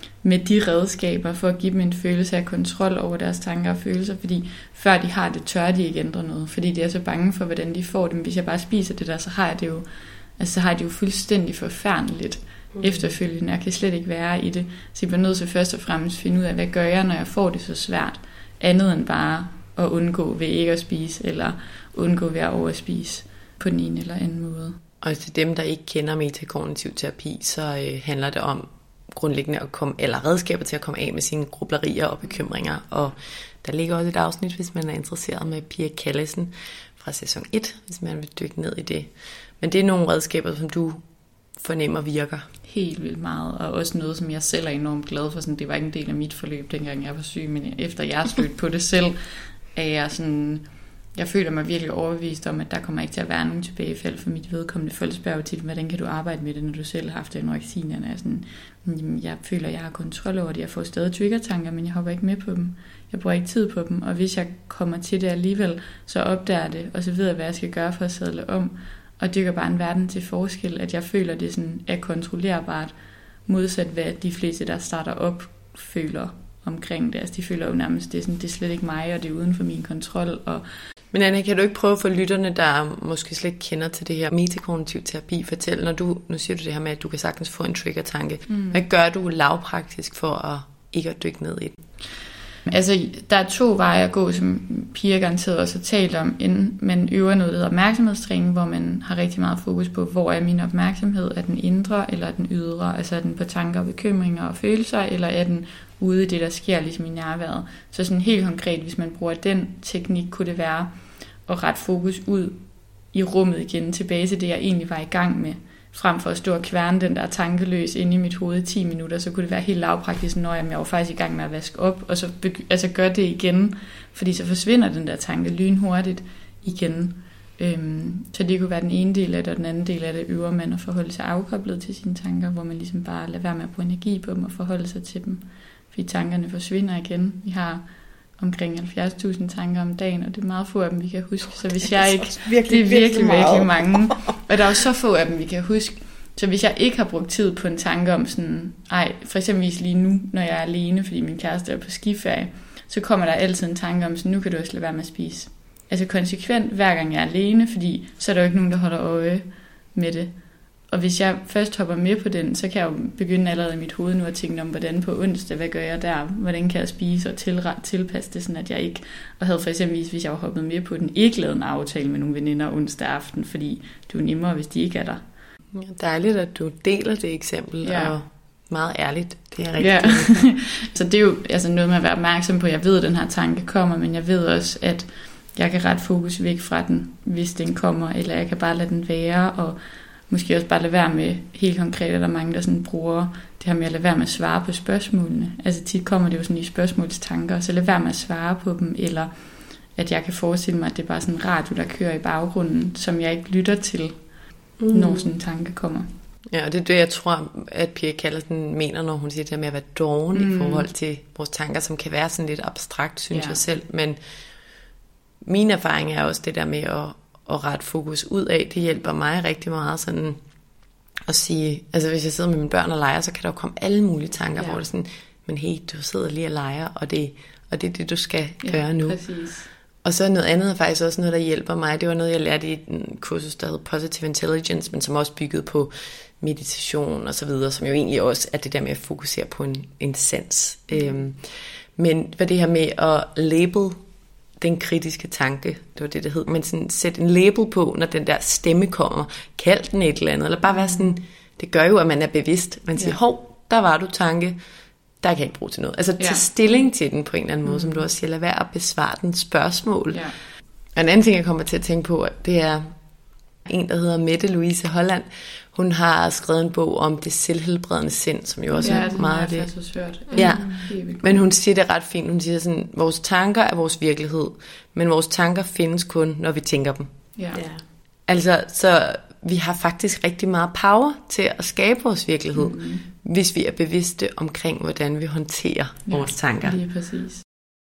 med de redskaber, for at give dem en følelse af kontrol over deres tanker og følelser, fordi før de har det, tør de ikke ændre noget, fordi de er så bange for, hvordan de får det. Men hvis jeg bare spiser det der, så har jeg det jo, altså, så har jeg det jo fuldstændig forfærdeligt mm. efterfølgende. Jeg kan slet ikke være i det. Så jeg bliver nødt til først og fremmest finde ud af, hvad gør jeg, når jeg får det så svært, andet end bare at undgå ved ikke at spise, eller undgå ved at overspise på den ene eller anden måde. Og til dem, der ikke kender metakognitiv terapi, så øh, handler det om grundlæggende at komme, eller redskaber til at komme af med sine grublerier og bekymringer. Og der ligger også et afsnit, hvis man er interesseret, med Pia Callesen fra sæson et, hvis man vil dykke ned i det. Men det er nogle redskaber, som du fornemmer virker. Helt vildt meget, og også noget, som jeg selv er enormt glad for. Sådan, det var ikke en del af mit forløb, dengang jeg var syg, men efter jeg stødte på det selv, er jeg sådan... Jeg føler mig virkelig overbevist om, at der kommer ikke til at være nogen tilbagefald for mit vedkommende. Folk spørger tit, hvordan kan du arbejde med det, når du selv har haft anoreksierne? Jeg, sådan, jeg føler, at jeg har kontrol over det. Jeg får stadig triggertanker, men jeg hopper ikke med på dem. Jeg bruger ikke tid på dem, og hvis jeg kommer til det alligevel, så opdager jeg det, og så ved jeg, hvad jeg skal gøre for at sadle om. Og det gør bare en verden til forskel, at jeg føler, at det sådan er kontrollerbart, modsat hvad de fleste, der starter op, føler omkring det. Altså, de føler jo nærmest, det er, sådan, det er slet ikke mig, og det er uden for min kontrol, og Men Anna, kan du ikke prøve for lytterne, der måske slet ikke kender til det her metakognitiv terapi, fortælle, når du, nu siger du det her med, at du kan sagtens få en trigger-tanke. Mm. Hvad gør du lavpraktisk for at ikke at dykke ned i den? Altså, der er to veje at gå, som Pia garanteret også har talt om, inden man øver noget, der hedder opmærksomhedstræning, hvor man har rigtig meget fokus på, hvor er min opmærksomhed? Er den indre, eller er den ydre? Altså, er den på tanker, bekymringer og følelser, eller er den ude i det, der sker ligesom i nærværet? Så sådan helt konkret, hvis man bruger den teknik, kunne det være at rette fokus ud i rummet igen, tilbage til det, jeg egentlig var i gang med, frem for at stå og kværne den der tankeløs inde i mit hoved i ti minutter, så kunne det være helt lavpraktisk, når jeg var faktisk i gang med at vaske op, og så begy- altså gør det igen, fordi så forsvinder den der tanke lynhurtigt igen. Øhm, så det kunne være den ene del af det, og den anden del af det øver man at forholde sig afkoblet til sine tanker, hvor man ligesom bare lader være med at bruge energi på dem og forholde sig til dem, fordi tankerne forsvinder igen. Vi har omkring halvfjerds tusind tanker om dagen, og det er meget få af dem, vi kan huske. Så hvis jeg ikke, virkelig, det er virkelig, virkelig, virkelig mange. Og der er jo så få af dem, vi kan huske. Så hvis jeg ikke har brugt tid på en tanke om sådan, ej, for eksempel lige nu, når jeg er alene, fordi min kæreste er på skiferie, så kommer der altid en tanke om, sådan, nu kan du også lade være med at spise. Altså konsekvent, hver gang jeg er alene, fordi så er der jo ikke nogen, der holder øje med det. Og hvis jeg først hopper med på den, så kan jeg jo begynde allerede i mit hoved nu at tænke om, hvordan på onsdag, hvad gør jeg der? Hvordan kan jeg spise og tilret, tilpasse det, sådan at jeg ikke... Og havde for eksempel, hvis jeg var hoppet med på den, ikke lavet en aftale med nogle veninder onsdag aften, fordi det er jo nemmere, hvis de ikke er der. Ja, dejligt, at du deler det eksempel, ja. Og meget ærligt, det er rigtigt. Ja. Så det er jo altså noget med at være opmærksom på, jeg ved, at den her tanke kommer, men jeg ved også, at jeg kan rette fokus væk fra den, hvis den kommer, eller jeg kan bare lade den være, og måske også bare lade være med, helt konkret, at der er mange, der sådan bruger det her med at lade være med at svare på spørgsmålene. Altså tit kommer det jo sådan i spørgsmålstanker, så lad være med at svare på dem, eller at jeg kan forestille mig, at det er bare sådan en radio, der kører i baggrunden, som jeg ikke lytter til, mm. når sådan en tanke kommer. Ja, og det er det, jeg tror, at Pia Callesen mener, når hun siger det med at være doven mm. i forhold til vores tanker, som kan være sådan lidt abstrakt, synes ja. jeg selv. Men min erfaring er også det der med at og rette fokus ud af, det hjælper mig rigtig meget sådan at sige, altså hvis jeg sidder med mine børn og leger, så kan der jo komme alle mulige tanker, ja. hvor det er sådan, men hey, du sidder lige og leger, og det, og det er det, du skal ja, gøre nu. Præcis. Og så noget andet er faktisk også noget, der hjælper mig. Det var noget, jeg lærte i en kursus, der hed Positive Intelligence, men som også byggede på meditation og så videre, som jo egentlig også er det der med at fokusere på en, en sans. Mm. Øhm, men hvad det her med at label den kritiske tanke, det var det, det hed, men sådan sæt en label på, når den der stemme kommer, kald den et eller andet, eller bare være sådan, det gør jo, at man er bevidst. Man siger, ja. hov, der var du tanke, der kan jeg ikke bruge til noget. Altså ja. tage stilling til den på en eller anden måde, mm. som du også siger, lad være at besvare den spørgsmål. Ja. Og en anden ting, jeg kommer til at tænke på, det er en, der hedder Mette Louise Holland. Hun har skrevet en bog om det selvhelbredende sind, som jo også ja, er meget af det. Så svært. Ja, men hun siger det ret fint. Hun siger sådan, vores tanker er vores virkelighed, men vores tanker findes kun, når vi tænker dem. Ja. Ja. Altså, så vi har faktisk rigtig meget power til at skabe vores virkelighed, mm-hmm. hvis vi er bevidste omkring, hvordan vi håndterer ja, vores tanker. Lige præcis.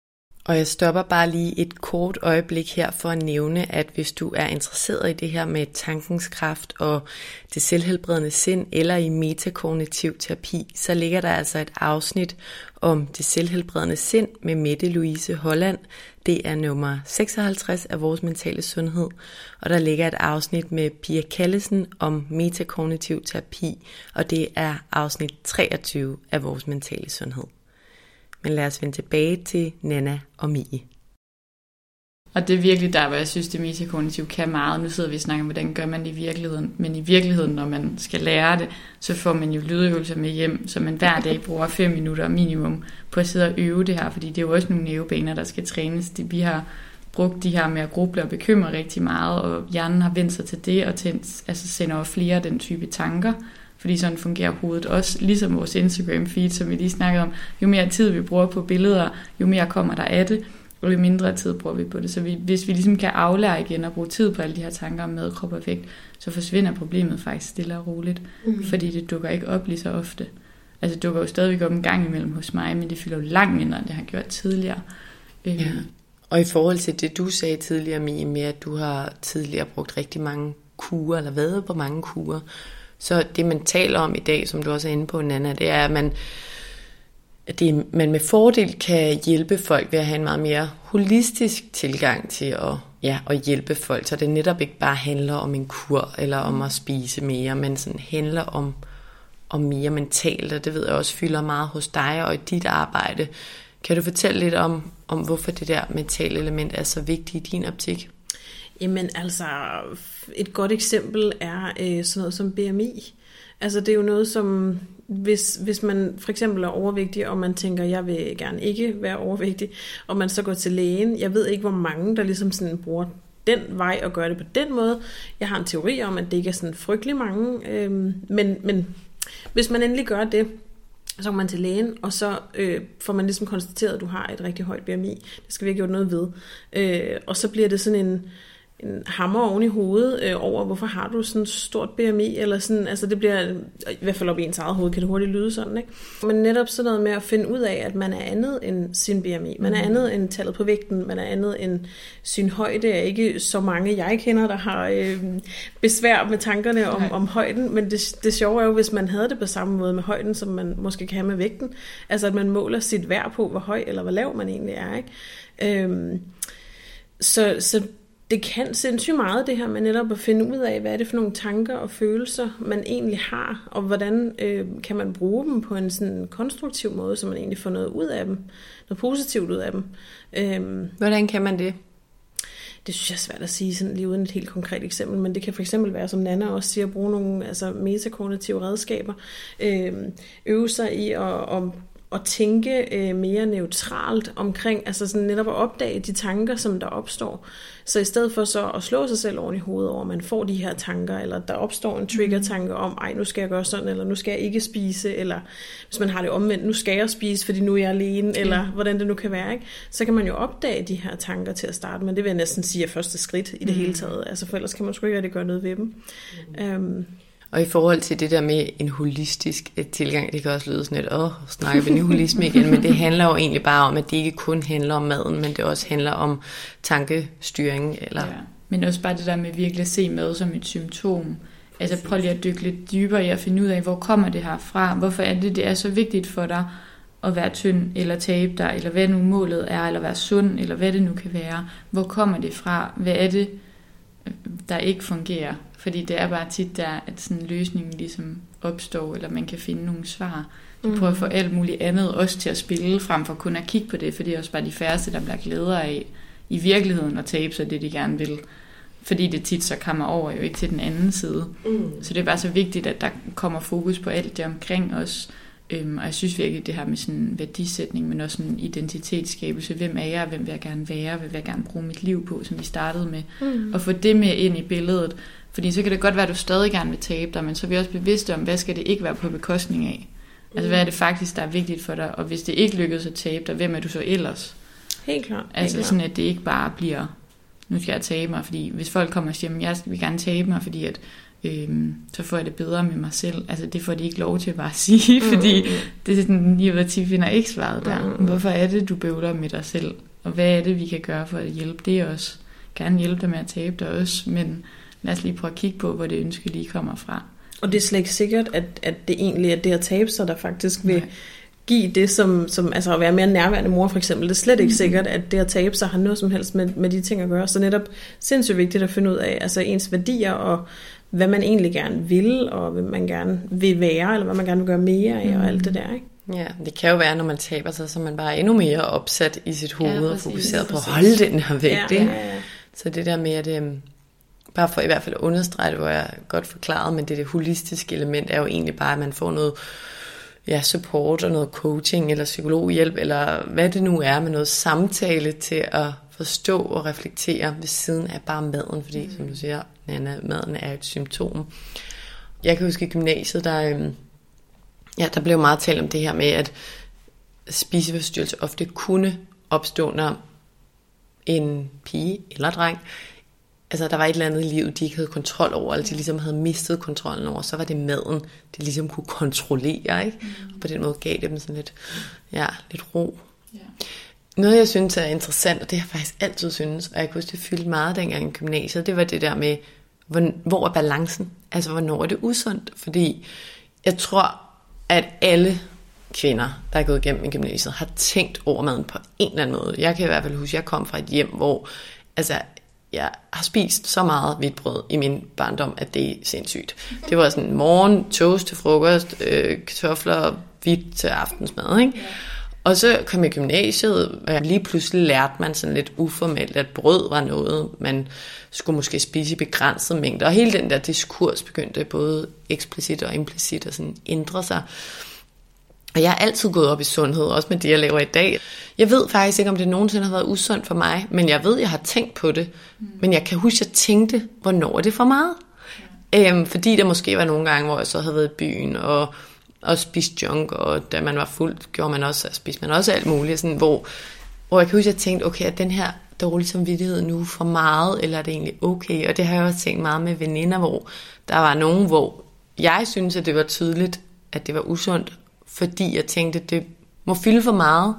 Og jeg stopper bare lige et kort øjeblik her for at nævne, at hvis du er interesseret i det her med tankens kraft og det selvhelbredende sind eller i metakognitiv terapi, så ligger der altså et afsnit om det selvhelbredende sind med Mette Louise Holland. Det er nummer seksoghalvtreds af Vores Mentale Sundhed, og der ligger et afsnit med Pia Callesen om metakognitiv terapi, og det er afsnit treogtyve af Vores Mentale Sundhed. Men lad os vende tilbage til Nanna og Mie. Og det er virkelig der, hvor jeg synes, det metakognitive kan meget. Nu sidder vi og snakker om, hvordan gør man det i virkeligheden. Men i virkeligheden, når man skal lære det, så får man jo lydøvelser med hjem, så man hver dag bruger fem minutter minimum på at sidde og øve det her. Fordi det er jo også nogle nervebaner, der skal trænes. Vi har brugt de her med at gruble og bekymre rigtig meget, og hjernen har vendt sig til det, og tændt, altså sender over flere af den type tanker. Fordi sådan fungerer hovedet også, ligesom vores Instagram-feed, som vi lige snakkede om. Jo mere tid vi bruger på billeder, jo mere kommer der af det, og jo mindre tid bruger vi på det. Så vi, hvis vi ligesom kan aflære igen og bruge tid på alle de her tanker om mad, krop og vægt, så forsvinder problemet faktisk stille og roligt. Mm. Fordi det dukker ikke op lige så ofte. Altså det dukker jo stadigvæk op en gang imellem hos mig, men det fylder jo langt mindre, end det har gjort tidligere. Ja. Og i forhold til det, du sagde tidligere, Mie, med at du har tidligere brugt rigtig mange kurer, eller været på mange kurer, så det, man taler om i dag, som du også er inde på, Nanna, det er, at man, at det, man med fordel kan hjælpe folk ved at have en meget mere holistisk tilgang til at, ja, at hjælpe folk. Så det netop ikke bare handler om en kur eller om at spise mere, men sådan handler om, om mere mentalt, og det ved jeg også fylder meget hos dig og i dit arbejde. Kan du fortælle lidt om, om hvorfor det der mentale element er så vigtigt i din optik? Jamen altså, et godt eksempel er øh, sådan noget som B M I. Altså det er jo noget som, hvis, hvis man for eksempel er overvægtig, og man tænker, jeg vil gerne ikke være overvægtig, og man så går til lægen. Jeg ved ikke, hvor mange, der ligesom sådan bruger den vej og gør det på den måde. Jeg har en teori om, at det ikke er sådan frygtelig mange, øh, men, men hvis man endelig gør det, så går man til lægen, og så øh, får man ligesom konstateret, at du har et rigtig højt B M I. Det skal vi have gjort noget ved. Øh, og så bliver det sådan en, en hammer oven i hovedet øh, over, hvorfor har du sådan et stort B M I, eller sådan, altså det bliver, i hvert fald op i ens eget hoved, kan det hurtigt lyde sådan, ikke? Men netop sådan noget med at finde ud af, at man er andet end sin B M I, man er andet end tallet på vægten, man er andet end sin højde, er ikke så mange, jeg kender, der har øh, besvær med tankerne om, om højden, men det, det sjove er jo, hvis man havde det på samme måde med højden, som man måske kan have med vægten, altså at man måler sit værd på, hvor høj eller hvor lav man egentlig er, ikke? Øhm, så, så det kan sindssygt meget det her med netop at finde ud af, hvad er det for nogle tanker og følelser, man egentlig har, og hvordan øh, kan man bruge dem på en sådan konstruktiv måde, så man egentlig får noget ud af dem, noget positivt ud af dem. Øhm, hvordan kan man det? Det synes jeg er svært at sige sådan lige uden et helt konkret eksempel, men det kan for eksempel være, som Nanna også siger, at bruge nogle altså metakognitive redskaber, øh, øve sig i at, at at tænke øh, mere neutralt omkring, altså sådan netop at opdage de tanker, som der opstår. Så i stedet for så at slå sig selv oven i hovedet over, at man får de her tanker, eller der opstår en trigger-tanke om, ej, nu skal jeg gøre sådan, eller nu skal jeg ikke spise, eller hvis man har det omvendt, nu skal jeg spise, fordi nu er jeg alene, okay. Eller hvordan det nu kan være, ikke? Så kan man jo opdage de her tanker til at starte med. Det vil jeg næsten sige er første skridt i det mm. hele taget. Altså for ellers kan man sgu ikke rigtig gøre noget ved dem. Mm. Um, Og i forhold til det der med en holistisk tilgang, det kan også lyde sådan lidt, åh, snakker vi nu holisme igen, men det handler jo egentlig bare om, at det ikke kun handler om maden, men det også handler om tankestyring. Eller... Ja. Men også bare det der med virkelig at se mad som et symptom. Altså prøv lige at dykke lidt dybere i at finde ud af, hvor kommer det her fra? Hvorfor er det, det er så vigtigt for dig at være tynd, eller tabe dig, eller hvad nu målet er, eller være sund, eller hvad det nu kan være. Hvor kommer det fra? Hvad er det, der ikke fungerer? Fordi det er bare tit der, at sådan løsningen ligesom opstår, eller man kan finde nogle svar. Så prøv at få alt muligt andet også til at spille, frem for kun at kigge på det, for det er også bare de færreste, der bliver glæder af i virkeligheden at tabe sig det, de gerne vil. Fordi det tit så kommer over jo ikke til den anden side. Mm. Så det er bare så vigtigt, at der kommer fokus på alt det omkring os. Øhm, og jeg synes virkelig, det her med sådan en værdisætning, men også en identitetsskabelse. Hvem er jeg, hvem vil jeg gerne være, hvad vil jeg gerne bruge mit liv på, som vi startede med. Mm. Og få det med ind i billedet. Fordi så kan det godt være, at du stadig gerne vil tabe dig, men så er vi også bevidste om, hvad skal det ikke være på bekostning af. Mm. Altså hvad er det faktisk, der er vigtigt for dig. Og hvis det ikke lykkes at tabe dig, hvem er du så ellers? Helt klart. Altså Helt sådan, klart. at det ikke bare bliver, nu skal jeg tabe mig. Fordi hvis folk kommer og siger, at jeg vil gerne tabe mig, fordi at Øhm, så får jeg det bedre med mig selv. Altså det får de ikke lov til at bare sige, fordi mm. det er sådan, ni ud af ti finder ikke svaret der. Mm. Hvorfor er det, du bøvler med dig selv? og hvad er det, vi kan gøre for at hjælpe det også. Gerne hjælpe dig med at tabe dig også, men lad os lige prøve at kigge på, hvor det ønske lige kommer fra. Og det er slet ikke sikkert, at, at det egentlig er det at tabe sig, der faktisk vil Nej. give det, som, som altså at være mere nærværende mor for eksempel. Det er slet ikke mm-hmm. sikkert, at det at tabe sig har noget som helst med, med de ting at gøre. Så netop sindssygt vigtigt at finde ud af altså ens værdier, og hvad man egentlig gerne vil, og hvad man gerne vil være, eller hvad man gerne vil gøre mere af, mm-hmm. og alt det der, ikke? Ja, det kan jo være, når man taber sig, så man bare er endnu mere opsat i sit hoved, ja, og fokuseret på at holde den her vægt, ja, ja, ja. Så det der med, at det, bare for i hvert fald at understrege det, hvor jeg godt forklarede, men det, det holistiske element er jo egentlig bare, at man får noget ja, support og noget coaching eller psykologhjælp, eller hvad det nu er, med noget samtale til at forstå og reflektere ved siden af bare maden, fordi mm. som du siger, Nanna, maden er et symptom. Jeg kan huske i gymnasiet, der, ja, der blev meget talt om det her med, at spiseforstyrrelse ofte kunne opstå, når en pige eller dreng, altså der var et eller andet i livet, de ikke havde kontrol over, eller de ligesom havde mistet kontrollen over, så var det maden, de ligesom kunne kontrollere, ikke? Mm. Og på den måde gav det dem sådan lidt, ja, lidt ro. Yeah. Noget, jeg synes er interessant, og det har jeg faktisk altid synes, og jeg kunne huske, det fyldte meget dengang i gymnasiet, det var det der med, hvor, hvor er balancen? Altså, hvornår er det usundt? Fordi jeg tror, at alle kvinder, der er gået igennem i gymnasiet, har tænkt over maden på en eller anden måde. Jeg kan i hvert fald huske, at jeg kom fra et hjem, hvor altså, jeg har spist så meget hvidt brød i min barndom, at det er sindssygt. Det var sådan morgen, toast til frokost, øh, kartofler, hvidt til aftensmad, ikke? Og så kom jeg i gymnasiet, og lige pludselig lærte man sådan lidt uformelt, at brød var noget, man skulle måske spise i begrænsede mængder. Og hele den der diskurs begyndte både eksplicit og implicit at sådan ændre sig. Og jeg har altid gået op i sundhed, også med det, jeg laver i dag. Jeg ved faktisk ikke, om det nogensinde har været usundt for mig, men jeg ved, jeg har tænkt på det. Mm. Men jeg kan huske, at jeg tænkte, hvornår er det for meget? Ja. Øhm, fordi der måske var nogle gange, hvor jeg så havde været i byen og, og spist junk, og da man var fuld, gjorde man også, spiste man også alt muligt. Sådan, hvor, hvor jeg kan huske, at jeg tænkte, okay, er den her dårlige samvittighed nu for meget, eller er det egentlig okay? Og det har jeg også tænkt meget med veninder, hvor der var nogen, hvor jeg synes, at det var tydeligt, at det var usundt, fordi jeg tænkte, det må fylde for meget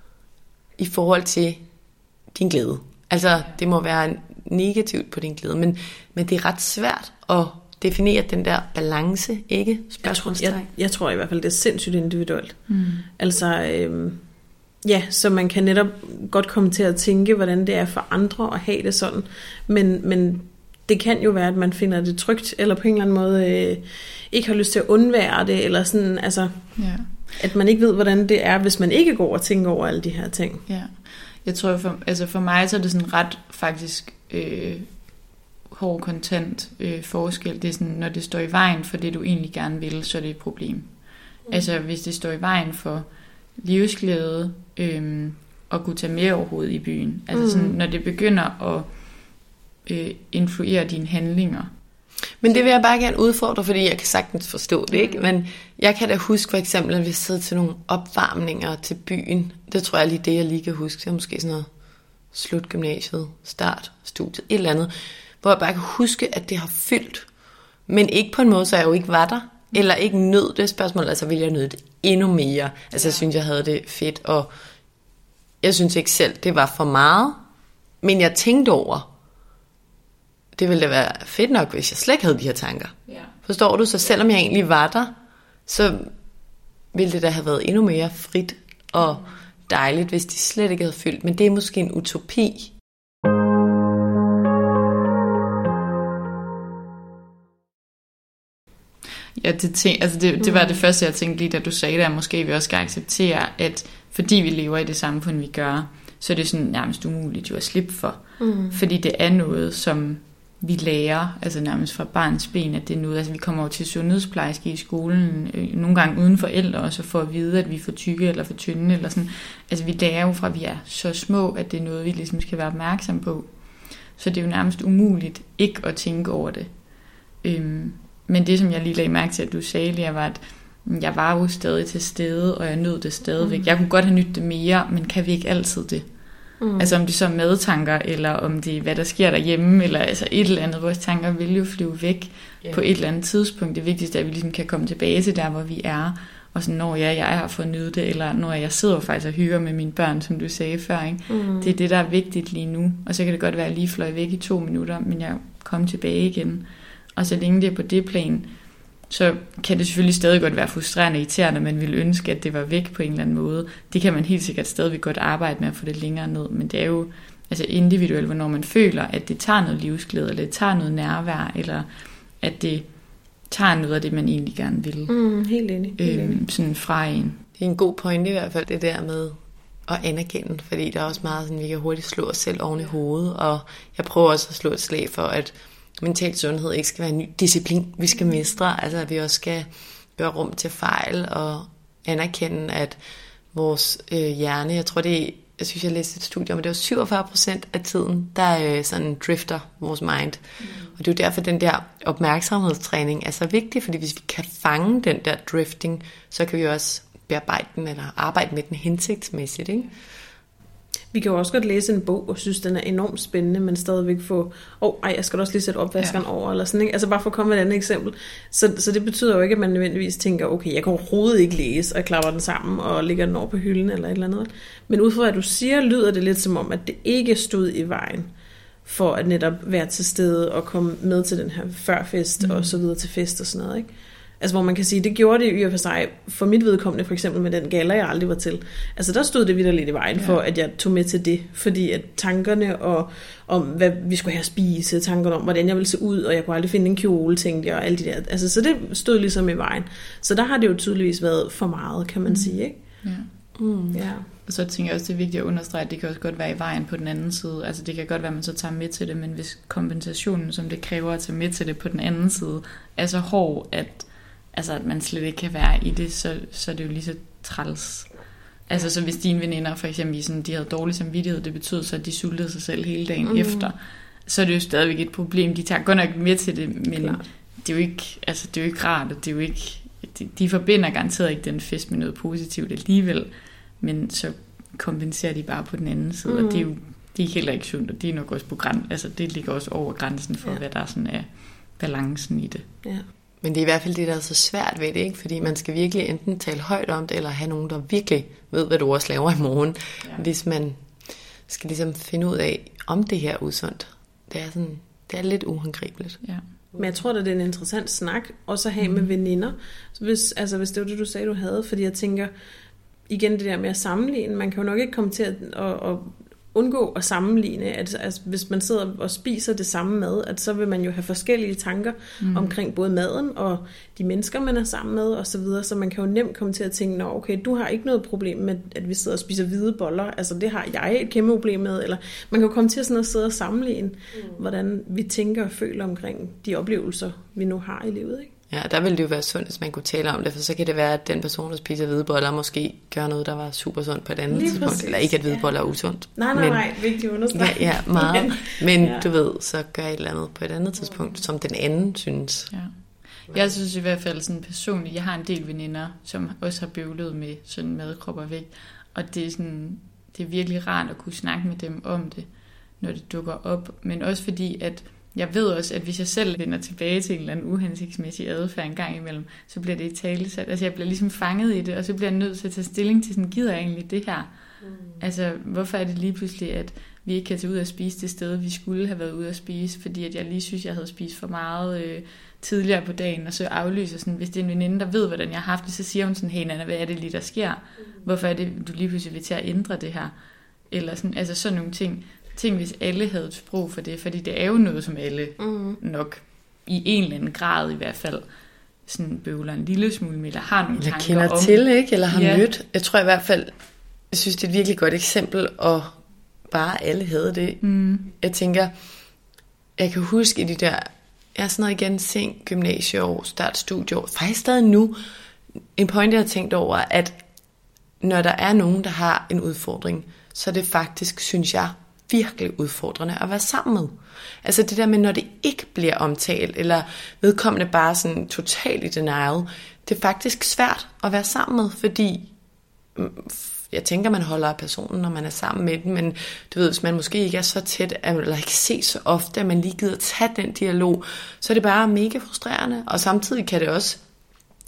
i forhold til din glæde. Altså, det må være negativt på din glæde, men, men det er ret svært at definere den der balance, ikke? Jeg tror, jeg, jeg tror i hvert fald, det er sindssygt individuelt. Mm. Altså, øhm, ja, så man kan netop godt komme til at tænke, hvordan det er for andre at have det sådan, men, men det kan jo være, at man finder det trygt, eller på en eller anden måde øh, ikke har lyst til at undvære det, eller sådan, altså, ja. At man ikke ved, hvordan det er, hvis man ikke går og tænker over alle de her ting. Ja, jeg tror, for, altså for mig så er det sådan ret faktisk øh, hård kontant øh, forskel. Det er sådan, når det står i vejen for det, du egentlig gerne vil, så er det et problem. Mm. Altså hvis det står i vejen for livsglæde øh, og kunne tage med overhovedet i byen. Altså mm. sådan, når det begynder at øh, influere dine handlinger. Men det vil jeg bare gerne udfordre, fordi jeg kan sagtens forstå det, ikke? Men jeg kan da huske for eksempel, at vi sidder til nogle opvarmninger til byen. Det tror jeg lige det, jeg lige kan huske. Det er måske sådan noget slut gymnasiet, start studiet, et eller andet. Hvor jeg bare kan huske, at det har fyldt. Men ikke på en måde, så jeg jo ikke var der. Eller ikke nød det spørgsmål. Altså ville jeg nød det endnu mere. Altså jeg synes, jeg havde det fedt. Og jeg synes ikke selv, det var for meget. Men jeg tænkte over, det ville da være fedt nok, hvis jeg slet ikke havde de her tanker. Ja. Forstår du? Så selvom jeg egentlig var der, så ville det da have været endnu mere frit og dejligt, hvis de slet ikke havde fyldt. Men det er måske en utopi. Ja, det, tænk, altså det, det var det første, jeg tænkte lige, da du sagde det, at måske vi også skal acceptere, at fordi vi lever i det samfund, vi gør, så er det sådan nærmest umuligt jo at slippe for. Mm. Fordi det er noget, som vi lærer, altså nærmest fra barns ben, at det er noget, altså vi kommer jo til sundhedsplejerske i skolen, øh, nogle gange uden forældre, og så får at vide, at vi er for tykke eller for tynde, eller sådan. Altså vi lærer jo fra, at vi er så små, at det er noget, vi ligesom skal være opmærksom på. Så det er jo nærmest umuligt ikke at tænke over det. Øhm, men det, som jeg lige lagde mærke til, at du sagde lige, var, at jeg var jo stadig til stede, og jeg nød det stadigvæk. Mm. Jeg kunne godt have nydt det mere, men kan vi ikke altid det? Mm. Altså om det så er madtanker, eller om det er, hvad der sker derhjemme, eller altså et eller andet. Vores tanker vil jo flyve væk yeah. på et eller andet tidspunkt. Det vigtigste er, at vi ligesom kan komme tilbage til der, hvor vi er, og sådan, når jeg, jeg er her for at nyde det, eller når jeg sidder faktisk og hygger med mine børn, som du sagde før, ikke? Mm. Det er det, der er vigtigt lige nu, og så kan det godt være, at jeg lige fløj væk i to minutter, men jeg kommer tilbage igen, og så længe det er på det plan, så kan det selvfølgelig stadig godt være frustrerende og irriterende, man ville ønske, at det var væk på en eller anden måde. Det kan man helt sikkert stadigvæk godt arbejde med at få det længere ned, men det er jo altså individuelt, hvornår man føler, at det tager noget livsglæde, eller det tager noget nærvær, eller at det tager noget af det, man egentlig gerne vil. Mm, helt enig. Helt øhm, enig. Sådan fra en. Det er en god pointe i hvert fald, det der med at anerkende, fordi der er også meget sådan, vi kan hurtigt slå os selv oven i hovedet, og jeg prøver også at slå et slag for, at mental sundhed ikke skal være en ny disciplin, vi skal mestre, altså at vi også skal gøre rum til fejl, og anerkende, at vores øh, hjerne, jeg tror det er, jeg synes jeg læste et studie om, at det var syvogfyrre procent af tiden, der øh, sådan drifter vores mind. Mm. Og det er jo derfor, den der opmærksomhedstræning er så vigtig, fordi hvis vi kan fange den der drifting, så kan vi også bearbejde den, eller arbejde med den hensigtsmæssigt, ikke? Vi kan jo også godt læse en bog, og synes, den er enormt spændende, men stadigvæk få, åh, oh, ej, jeg skal da også lige sætte opvaskeren ja. over, eller sådan, ikke? Altså bare for at komme med et andet eksempel. Så, så det betyder jo ikke, at man nødvendigvis tænker, okay, jeg kan overhovedet ikke læse, og jeg klapper den sammen, og lægger den over på hylden, eller et eller andet. Men ud fra hvad du siger, lyder det lidt som om, at det ikke stod i vejen, for at netop være til stede, og komme med til den her førfest, mm. og så videre til fest, og sådan noget, ikke? Altså hvor man kan sige, det gjorde det i og for sig, for mit vedkommende for eksempel med den gala, jeg aldrig var til. Altså der stod det vitterligt i vejen for, ja. at jeg tog med til det, fordi at tankerne og om, hvad vi skulle have at spise, tankerne om, hvordan jeg ville se ud, og jeg kunne aldrig finde en kjole, tænkte jeg, og alt det der. Altså så det stod ligesom i vejen. Så der har det jo tydeligvis været for meget, kan man mm. sige, ikke? Ja. Mm. ja. Og så tænker jeg også, det er vigtigt at understrege, at det kan også godt være i vejen på den anden side. Altså det kan godt være, at man så tager med til det, men hvis kompensationen, som det kræver at tage med til det på den anden side, er så hård, at altså at man slet ikke kan være i det, så, så er det jo lige så træls. Altså så hvis dine veninder for eksempel sådan, de havde dårlig samvittighed, det betød så, at de sultede sig selv hele dagen mm. efter, så er det jo stadigvæk et problem. De tager godt nok med til det, men Klar. det er jo ikke, altså det er jo ikke rart, det er jo ikke, de, de forbinder garanteret ikke den fest med noget positivt alligevel, men så kompenserer de bare på den anden side, mm. og det er jo de er heller ikke sundt, og de er nok også på grænsen, altså det ligger også over grænsen for, ja. hvad der sådan er balancen i det. Ja. Men det er i hvert fald det, der er så svært ved det, ikke? Fordi man skal virkelig enten tale højt om det, eller have nogen, der virkelig ved, hvad du også laver i morgen. Ja. Hvis man skal ligesom finde ud af, om det her er usundt. Det er, sådan, det er lidt uhåndgribeligt. Ja. Men jeg tror, at det er en interessant snak, også at have mm. med veninder. Hvis, altså, hvis det var det, du sagde, du havde. Fordi jeg tænker, igen det der med at sammenligne, man kan jo nok ikke komme til at, at, at undgå at sammenligne, at altså, hvis man sidder og spiser det samme mad, at så vil man jo have forskellige tanker mm. omkring både maden og de mennesker, man er sammen med og så videre, så man kan jo nemt komme til at tænke, nå okay, du har ikke noget problem med, at vi sidder og spiser hvide boller, altså det har jeg et kæmpe problem med, eller man kan jo komme til sådan at sidde og sammenligne, mm. hvordan vi tænker og føler omkring de oplevelser, vi nu har i livet, ikke? Ja, der ville det jo være sundt, hvis man kunne tale om det, for så kan det være, at den person, der spiser hvideboller, måske gør noget, der var super sundt på et andet Lige tidspunkt. Præcis. Eller ikke, at hvideboller er usundt. Nej, nej, men, nej, vigtigt understrege. Ja, ja, meget. Men ja. du ved, så gør et eller andet på et andet tidspunkt, som den anden synes. Ja. Jeg synes i hvert fald sådan personligt, jeg har en del veninder, som også har bøvlet med sådan madkrop og vægt, og det er, sådan, det er virkelig rart at kunne snakke med dem om det, når det dukker op, men også fordi, at jeg ved også, at hvis jeg selv vender tilbage til en eller anden uhensigtsmæssig adfærd en gang imellem, så bliver det i talesat. Altså jeg bliver ligesom fanget i det, og så bliver jeg nødt til at tage stilling til, sådan, gider jeg egentlig det her? Mm. Altså hvorfor er det lige pludselig, at vi ikke kan tage ud og spise det sted, vi skulle have været ude at spise, fordi at jeg lige synes, jeg havde spist for meget øh, tidligere på dagen, og så aflyser sådan, hvis det er en veninde, der ved, hvordan jeg har haft det, så siger hun sådan, hey Nanna, hvad er det lige, der sker? Mm. Hvorfor er det, du lige pludselig vil til at ændre det her? Eller sådan, altså sådan nogle ting. Ting, hvis alle havde et sprog for det, fordi det er jo noget, som alle mm. nok i en eller anden grad i hvert fald sådan bøvler en lille smule med, eller har nogle eller tanker kender om. til, ikke? Eller har ja. mødt. Jeg tror i hvert fald, jeg synes, det er et virkelig godt eksempel, og bare alle havde det. Mm. Jeg tænker, jeg kan huske i de der, jeg er sådan noget igen, seng, gymnasieår, start studieår, faktisk stadig nu, en point, jeg har tænkt over, at når der er nogen, der har en udfordring, så er det faktisk, synes jeg, virkelig udfordrende at være sammen med. Altså det der med, når det ikke bliver omtalt, eller vedkommende bare sådan totalt i denial, det er faktisk svært at være sammen med, fordi jeg tænker, man holder af personen, når man er sammen med den, men du ved, hvis man måske ikke er så tæt, eller ikke ses så ofte, at man lige gider tage den dialog, så er det bare mega frustrerende, og samtidig kan det også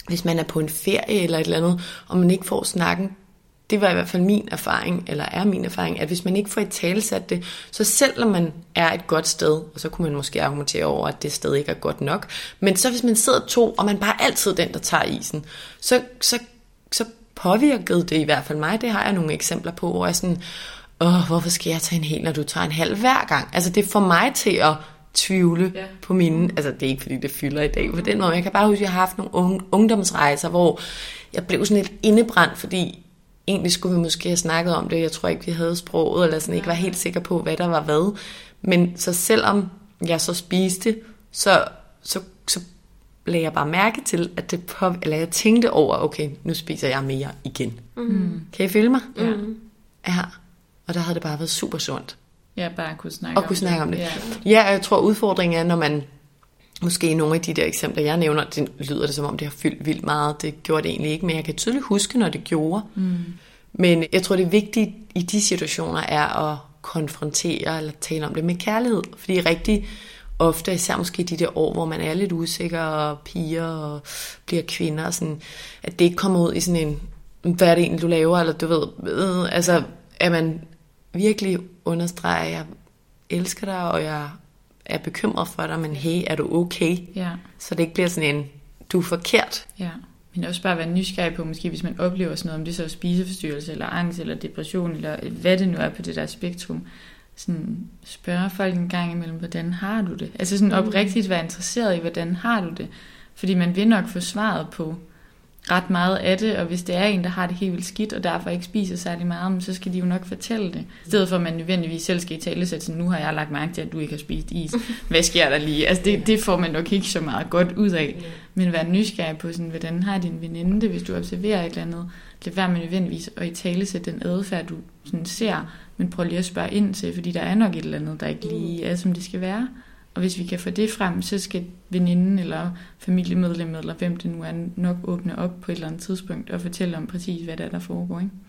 hvis man er på en ferie eller et eller andet, og man ikke får snakken, det var i hvert fald min erfaring, eller er min erfaring, at hvis man ikke får et talesat det, så selvom man er et godt sted, og så kunne man måske argumentere over, at det sted ikke er godt nok, men så hvis man sidder to, og man bare er altid den, der tager isen, så, så, så påvirkede det i hvert fald mig. Det har jeg nogle eksempler på, hvor jeg sådan, åh, hvorfor skal jeg tage en hel, når du tager en halv hver gang? Altså det får mig til at tvivle ja. på mine, altså det er ikke fordi det fylder i dag på den måde, jeg kan bare huske, at jeg har haft nogle unge, ungdomsrejser, hvor jeg blev sådan lidt indebrændt, fordi egentlig skulle vi måske have snakket om det, jeg tror ikke vi havde sproget, eller sådan ikke var helt sikker på, hvad der var hvad, men så selvom jeg så spiste, så, så, så lagde jeg bare mærke til, at det på, eller jeg tænkte over, okay, nu spiser jeg mere igen. Mm. Kan I følge mig? Ja. Ja. Og der havde det bare været super sundt. Ja, bare kunne snakke og om kunne det. snakke om det. Ja. Ja, og jeg tror udfordringen er, når man, måske nogle af de der eksempler, jeg nævner, det lyder det som om, det har fyldt vildt meget. Det gjorde det egentlig ikke, men jeg kan tydeligt huske, når det gjorde. Mm. Men jeg tror, det vigtige i de situationer er at konfrontere eller tale om det med kærlighed. Fordi rigtig ofte, især måske de der år, hvor man er lidt usikker og piger og bliver kvinder, og sådan, at det ikke kommer ud i sådan en, hvad er det egentlig, du laver, eller du ved, øh, altså, at man virkelig understreger, at jeg elsker dig, og jeg er bekymret for dig, men hey, er du okay? Ja. Så det ikke bliver sådan en, du er forkert. Ja, men også bare være nysgerrig på, måske hvis man oplever sådan noget, om det så er spiseforstyrrelse, eller angst, eller depression, eller hvad det nu er på det der spektrum. Sådan spørge folk en gang imellem, hvordan har du det? Altså sådan oprigtigt være interesseret i, hvordan har du det? Fordi man vil nok få svaret på ret meget af det, og hvis det er en, der har det helt vildt skidt, og derfor ikke spiser særlig meget, så skal de jo nok fortælle det. I stedet for, at man nødvendigvis selv skal i talesætte, sådan, nu har jeg lagt mærke til, at du ikke har spist is. Hvad sker der lige? Altså det, det får man nok ikke så meget godt ud af. Men vær nysgerrig på, sådan, hvordan har din veninde det, hvis du observerer et eller andet. Lad være med nødvendigvis at i talesætte den adfærd, du sådan ser, men prøv lige at spørge ind til, fordi der er nok et eller andet, der ikke lige er, som det skal være. Og hvis vi kan få det frem, så skal veninden eller familiemedlemmet, eller hvem det nu er, nok åbne op på et eller andet tidspunkt og fortælle om præcis, hvad der er, der foregår. Ikke?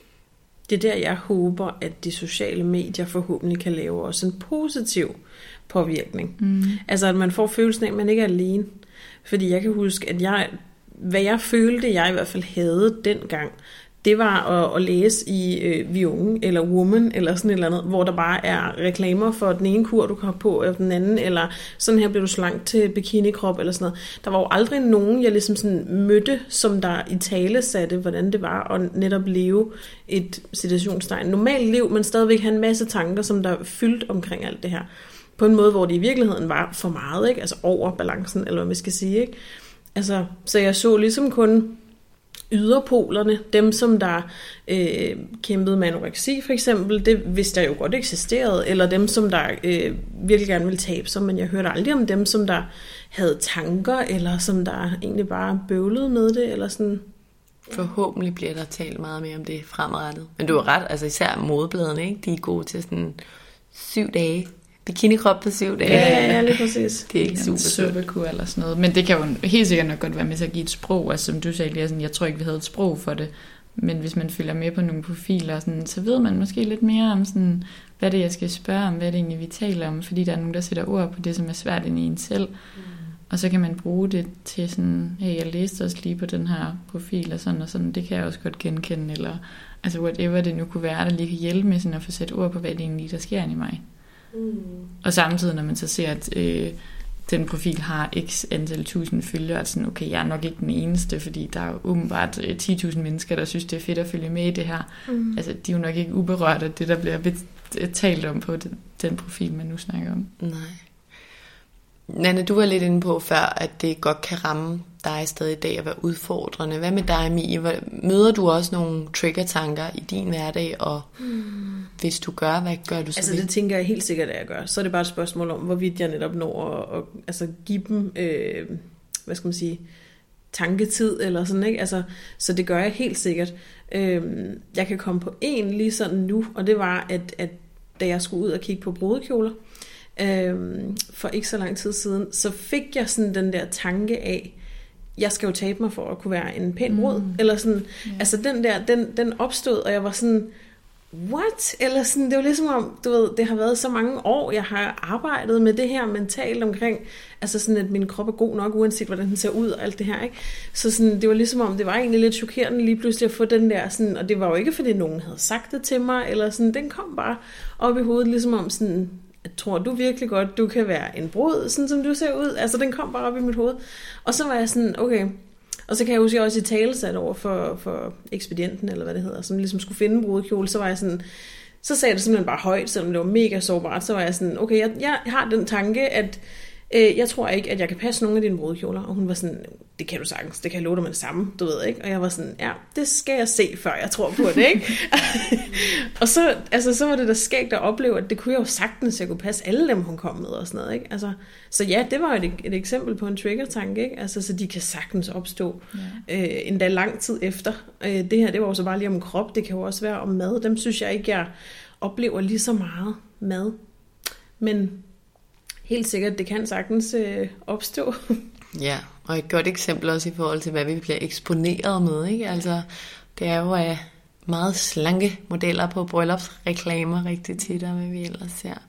Det er der, jeg håber, at de sociale medier forhåbentlig kan lave også en positiv påvirkning. Mm. Altså, at man får følelsen af, at man ikke er alene. Fordi jeg kan huske, at jeg, hvad jeg følte, jeg i hvert fald havde dengang, det var at, at læse i øh, Vi Unge, eller Woman, eller sådan et eller andet, hvor der bare er reklamer for den ene kur, du kan have på, eller den anden, eller sådan her bliver du slank til bikinikrop, eller sådan noget. Der var jo aldrig nogen, jeg ligesom sådan mødte, som der i tale satte, hvordan det var at netop leve et situationstegn. Normalt liv, men stadigvæk have en masse tanker, som der fyldt omkring alt det her. På en måde, hvor det i virkeligheden var for meget, ikke? Altså over balancen, eller hvad man skal sige, ikke? Altså, så jeg så ligesom kun yderpolerne, dem som der øh, kæmpede med anoreksi for eksempel, det vidste jeg jo godt eksisterede, eller dem som der øh, virkelig gerne ville tabe sig, men jeg hørte aldrig om dem som der havde tanker, eller som der egentlig bare bøvlede med det, eller sådan. Forhåbentlig bliver der talt meget mere om det fremadrettet. Men du har ret, altså især modebladene, ikke? De er gode til sådan syv dage. Bikinikrop på syv dage. Ja, ja, lige præcis. Det er ikke super superkur eller sådan noget. Men det kan jo helt sikkert nok godt være med til at give et sprog. Altså som du sagde lige, sådan, jeg tror ikke, vi havde et sprog for det. Men hvis man følger med på nogle profiler, sådan, så ved man måske lidt mere om, sådan, hvad det er, jeg skal spørge om, hvad det egentlig, vi taler om. Fordi der er nogen, der sætter ord på det, som er svært inde i en selv. Mm. Og så kan man bruge det til sådan, hey, jeg læste også lige på den her profil, og sådan og sådan, det kan jeg også godt genkende. Eller altså whatever det nu kunne være, der lige kan hjælpe med sådan at få sat ord på, hvad det egentlig, der sker inde i mig. Mm. Og samtidig, når man så ser, at øh, den profil har x antal tusind følgere, altså sådan, okay, jeg er nok ikke den eneste, fordi der er jo åbenbart øh, ti tusind mennesker, der synes, det er fedt at følge med i det her. Mm. Altså, de er jo nok ikke uberørt af det, der bliver talt om på den, den profil, man nu snakker om. Nej. Nanne, du var lidt inde på før, at det godt kan ramme dig stadig i dag at være udfordrende. Hvad med dig, Mie? Møder du også nogle trigger-tanker i din hverdag, og hmm. hvis du gør, hvad gør du så? Altså det tænker jeg helt sikkert, at jeg gør. Så er det bare et spørgsmål om, hvorvidt jeg netop når at, at altså, give dem, øh, hvad skal man sige, tanketid eller sådan, ikke? Altså, så det gør jeg helt sikkert. Øh, jeg kan komme på en lige sådan nu, og det var, at, at da jeg skulle ud og kigge på brudekjoler, Øhm, for ikke så lang tid siden, så fik jeg sådan den der tanke af, jeg skal jo tabe mig for at kunne være en pæn brud, mm. eller sådan, yeah. altså den der, den, den opstod, og jeg var sådan, what? Eller sådan, det var ligesom om, du ved, det har været så mange år, jeg har arbejdet med det her mentalt omkring, altså sådan, at min krop er god nok, uanset hvordan den ser ud og alt det her, ikke? Så sådan, det var ligesom om, det var egentlig lidt chokerende lige pludselig at få den der, sådan, og det var jo ikke, fordi nogen havde sagt det til mig, eller sådan, den kom bare op i hovedet, ligesom om sådan, jeg tror du virkelig godt, du kan være en brud, sådan som du ser ud, altså den kom bare op i mit hoved, og så var jeg sådan, okay. Og så kan jeg huske, at jeg også i tale sat over for, for ekspedienten, eller hvad det hedder, som ligesom skulle finde en brudekjole, så var jeg sådan, så sagde jeg det simpelthen bare højt, selvom det var mega sårbart, så var jeg sådan, okay, jeg, jeg har den tanke, at øh, jeg tror ikke, at jeg kan passe nogle af dine brudekjoler, og hun var sådan, det kan du sagtens, det kan jeg love dig med det samme, du ved ikke, og jeg var sådan, ja, det skal jeg se, før jeg tror på det, ikke? Og så, altså, så var det da skægt at opleve, at det kunne jeg jo sagtens, jeg kunne passe alle dem, hun kom med, og sådan noget, ikke? Altså, så ja, det var et, et eksempel på en trigger-tanke, ikke? Altså, så de kan sagtens opstå, ja. øh, endda lang tid efter. Øh, det her, det var jo så bare lige om krop, det kan jo også være om mad, dem synes jeg ikke, jeg oplever lige så meget mad, men helt sikkert, det kan sagtens øh, opstå. Ja, og et godt eksempel også i forhold til, hvad vi bliver eksponeret med, ikke? Altså, det er jo uh, meget slanke modeller på bryllupsreklamer rigtig tit, og hvad vi ellers ser.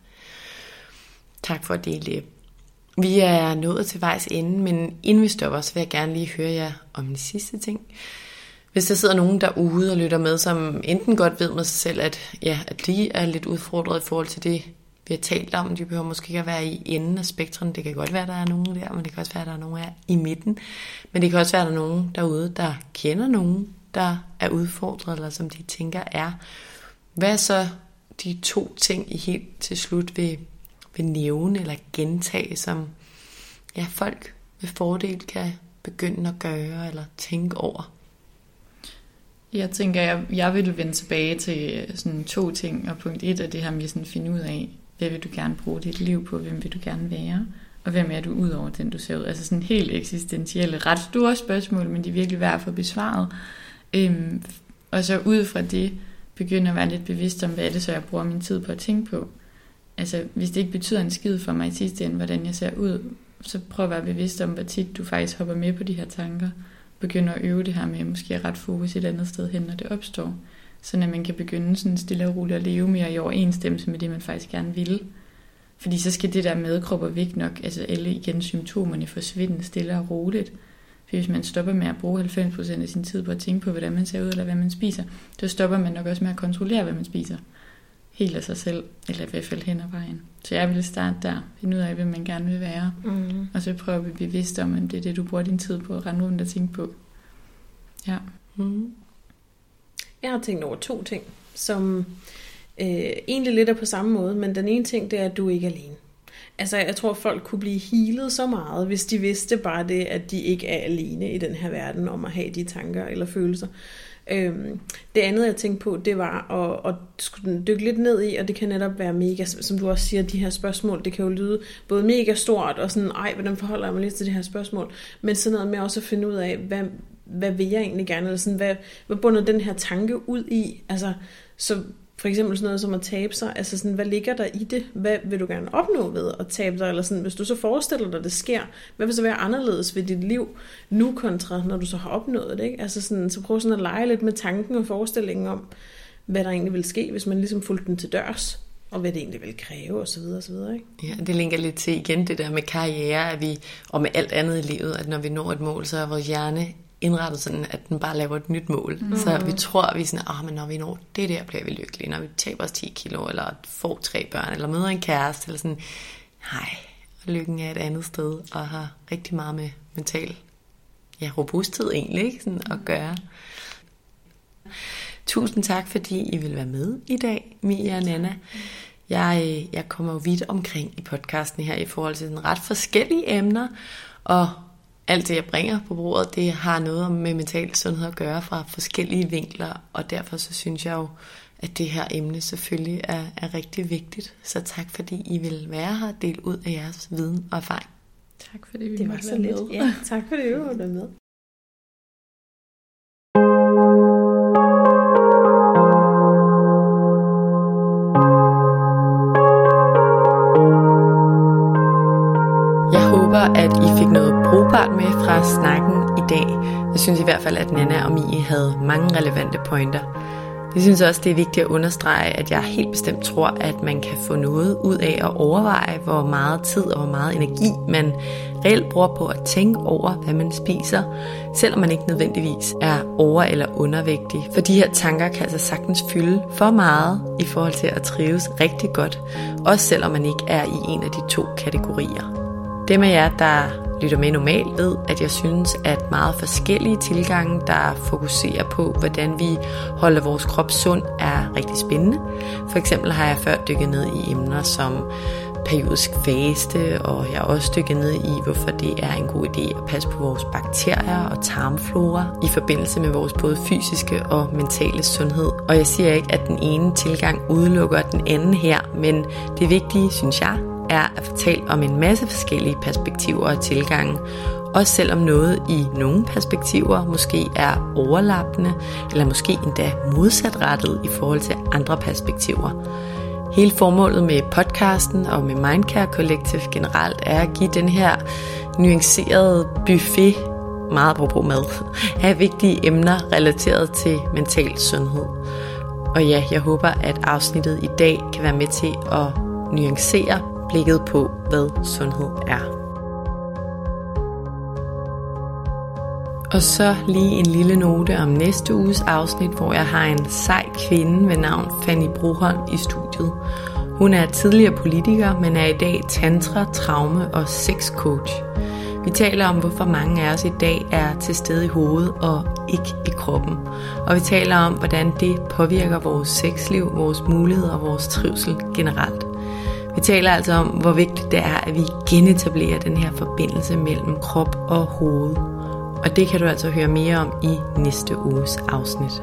Tak for at dele det. Vi er nået til vejs ende, men inden vi stopper, så vil jeg gerne lige høre jer om de sidste ting. Hvis der sidder nogen derude og lytter med, som enten godt ved med sig selv, at, ja, at de er lidt udfordret i forhold til det, vi har talt om, de behøver måske ikke at være i enden af spektren. Det kan godt være, at der er nogen der, men det kan også være, at der er nogen her i midten. Men det kan også være, at der er nogen derude, der kender nogen, der er udfordret, eller som de tænker er. Hvad er så de to ting, I helt til slut vil, vil nævne eller gentage, som ja, folk med fordel kan begynde at gøre eller tænke over? Jeg tænker, jeg, jeg vil vende tilbage til sådan to ting, og punkt et er det her med sådan at finde ud af, hvad vil du gerne bruge dit liv på, hvem vil du gerne være, og hvem er du ud over den, du ser ud. Altså sådan helt eksistentielle, ret store spørgsmål, men de er virkelig værd at få besvaret. Øhm, og så ud fra det, begynde at være lidt bevidst om, hvad er det så, jeg bruger min tid på at tænke på. Altså hvis det ikke betyder en skid for mig i sidste ende, hvordan jeg ser ud, så prøv at være bevidst om, hvor tit du faktisk hopper med på de her tanker. Begynder at øve det her med måske at ret fokus et andet sted hen, når det opstår. Så at man kan begynde sådan stille og roligt at leve mere i overensstemmelse med det, man faktisk gerne vil. Fordi så skal det der med krop og vægt nok, altså alle igen symptomerne forsvinde stille og roligt. For hvis man stopper med at bruge halvfems procent af sin tid på at tænke på, hvordan man ser ud eller hvad man spiser, så stopper man nok også med at kontrollere, hvad man spiser. Helt af sig selv, eller i hvert fald hen ad vejen. Så jeg vil starte der, finde ud af, hvem man gerne vil være. Mm. Og så prøve at blive bevidst om, om det er det, du bruger din tid på at rende rundt og tænke på. Ja. Mm. Jeg har tænkt over to ting, som øh, egentlig lidt er på samme måde, men den ene ting, det er, at du ikke er alene. Altså, jeg tror, folk kunne blive healet så meget, hvis de vidste bare det, at de ikke er alene i den her verden om at have de tanker eller følelser. Øhm, det andet, jeg tænkte på, det var at, at dykke lidt ned i, og det kan netop være mega, som du også siger, de her spørgsmål, det kan jo lyde både mega stort, og sådan, ej, hvordan forholder jeg mig lidt til de her spørgsmål, men sådan noget med også at finde ud af, hvad, hvad vil jeg egentlig gerne, eller sådan, hvad, hvad bunder den her tanke ud i, altså, så for eksempel sådan noget som at tabe sig, altså sådan, hvad ligger der i det? Hvad vil du gerne opnå ved at tabe dig? Eller sådan, hvis du så forestiller dig, det sker, hvad vil så være anderledes ved dit liv nu kontra, når du så har opnået det? Ikke? Altså sådan, så prøv sådan at lege lidt med tanken og forestillingen om, hvad der egentlig vil ske, hvis man ligesom fulgte den til dørs, og hvad det egentlig vil kræve, osv. osv. Ikke? Ja, det linker lidt til igen det der med karriere, at vi, og med alt andet i livet, at når vi når et mål, så er vores hjerne indrettet sådan, at den bare laver et nyt mål. Mm. Så vi tror, at vi er sådan, ah, men når vi når det der, bliver vi lykkelige. Når vi taber os ti kilo, eller får tre børn, eller møder en kæreste, eller sådan, nej, lykken er et andet sted, og har rigtig meget med mental ja, robusthed egentlig, ikke? Sådan at gøre. Tusind tak, fordi I vil være med i dag, Mia og Nanna. Jeg, jeg kommer jo vidt omkring i podcasten her, i forhold til sådan ret forskellige emner, og alt det, jeg bringer på bordet, det har noget med mental sundhed at gøre fra forskellige vinkler, og derfor så synes jeg jo, at det her emne selvfølgelig er, er rigtig vigtigt. Så tak, fordi I vil være her og dele ud af jeres viden og erfaring. Tak, fordi vi det var så lidt. Ja, tak fordi vi var med. At I fik noget brugbart med fra snakken i dag. Jeg synes i hvert fald, at Nanna og Mie havde mange relevante pointer. Jeg synes også, det er vigtigt at understrege, at jeg helt bestemt tror, at man kan få noget ud af at overveje, hvor meget tid og hvor meget energi man reelt bruger på at tænke over, hvad man spiser, selvom man ikke nødvendigvis er over- eller undervægtig. For de her tanker kan altså sagtens fylde for meget i forhold til at trives rigtig godt, også selvom man ikke er i en af de to kategorier. Dem af jer, der lytter med normalt, ved, at jeg synes, at meget forskellige tilgange, der fokuserer på, hvordan vi holder vores krop sund, er rigtig spændende. For eksempel har jeg før dykket ned i emner som periodisk faste, og jeg har også dykket ned i, hvorfor det er en god idé at passe på vores bakterier og tarmflora i forbindelse med vores både fysiske og mentale sundhed. Og jeg siger ikke, at den ene tilgang udelukker den anden her, men det vigtige, synes jeg, er at fortælle om en masse forskellige perspektiver og tilgange, også selvom noget i nogle perspektiver måske er overlappende, eller måske endda modsatrettet i forhold til andre perspektiver. Hele formålet med podcasten og med Mindcare Collective generelt er at give den her nuancerede buffet, meget apropos mad, af vigtige emner relateret til mental sundhed. Og ja, jeg håber, at afsnittet i dag kan være med til at nuancere blikket på, hvad sundhed er. Og så lige en lille note om næste uges afsnit, hvor jeg har en sej kvinde ved navn Fanny Broholm i studiet. Hun er tidligere politiker, men er i dag tantra, traume og sexcoach. Vi taler om, hvorfor mange af os i dag er til stede i hovedet og ikke i kroppen. Og vi taler om, hvordan det påvirker vores sexliv, vores muligheder og vores trivsel generelt. Vi taler altså om, hvor vigtigt det er, at vi genetablerer den her forbindelse mellem krop og hoved. Og det kan du altså høre mere om i næste uges afsnit.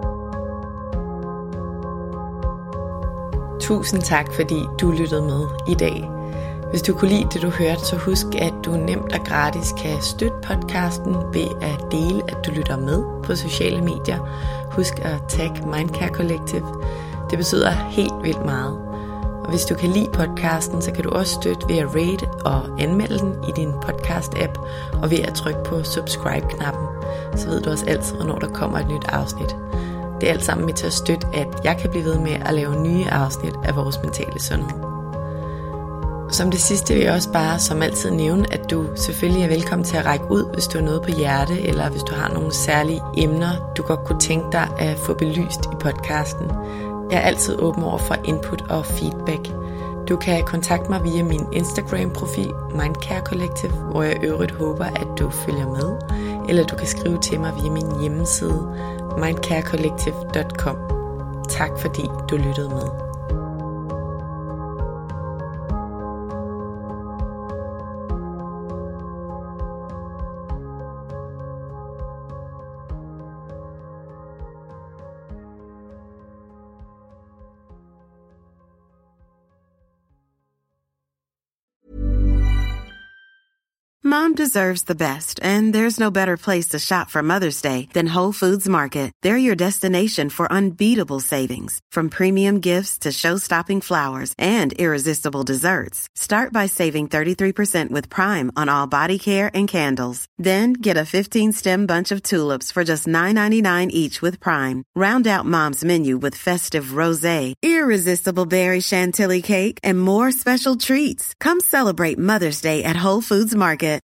Tusind tak, fordi du lyttede med i dag. Hvis du kunne lide det, du hørte, så husk, at du nemt og gratis kan støtte podcasten ved at dele, at du lytter med på sociale medier. Husk at tagge Mindcare Collective. Det betyder helt vildt meget. Og hvis du kan lide podcasten, så kan du også støtte ved at rate og anmelde den i din podcast-app, og ved at trykke på subscribe-knappen. Så ved du også altid, hvornår der kommer et nyt afsnit. Det er alt sammen med til at støtte, at jeg kan blive ved med at lave nye afsnit af vores mentale sundhed. Som det sidste vil jeg også bare som altid nævne, at du selvfølgelig er velkommen til at række ud, hvis du har noget på hjerte, eller hvis du har nogle særlige emner, du godt kunne tænke dig at få belyst i podcasten. Jeg er altid åben over for input og feedback. Du kan kontakte mig via min Instagram-profil Mindcare Collective, hvor jeg i øvrigt håber, at du følger med. Eller du kan skrive til mig via min hjemmeside mindcare collective punktum com. Tak fordi du lyttede med. Mom deserves the best, and there's no better place to shop for Mother's Day than Whole Foods Market. They're your destination for unbeatable savings, from premium gifts to show-stopping flowers and irresistible desserts. Start by saving thirty-three percent with Prime on all body care and candles. Then get a fifteen-stem bunch of tulips for just nine ninety-nine each with Prime. Round out Mom's menu with festive rosé, irresistible berry chantilly cake, and more special treats. Come celebrate Mother's Day at Whole Foods Market.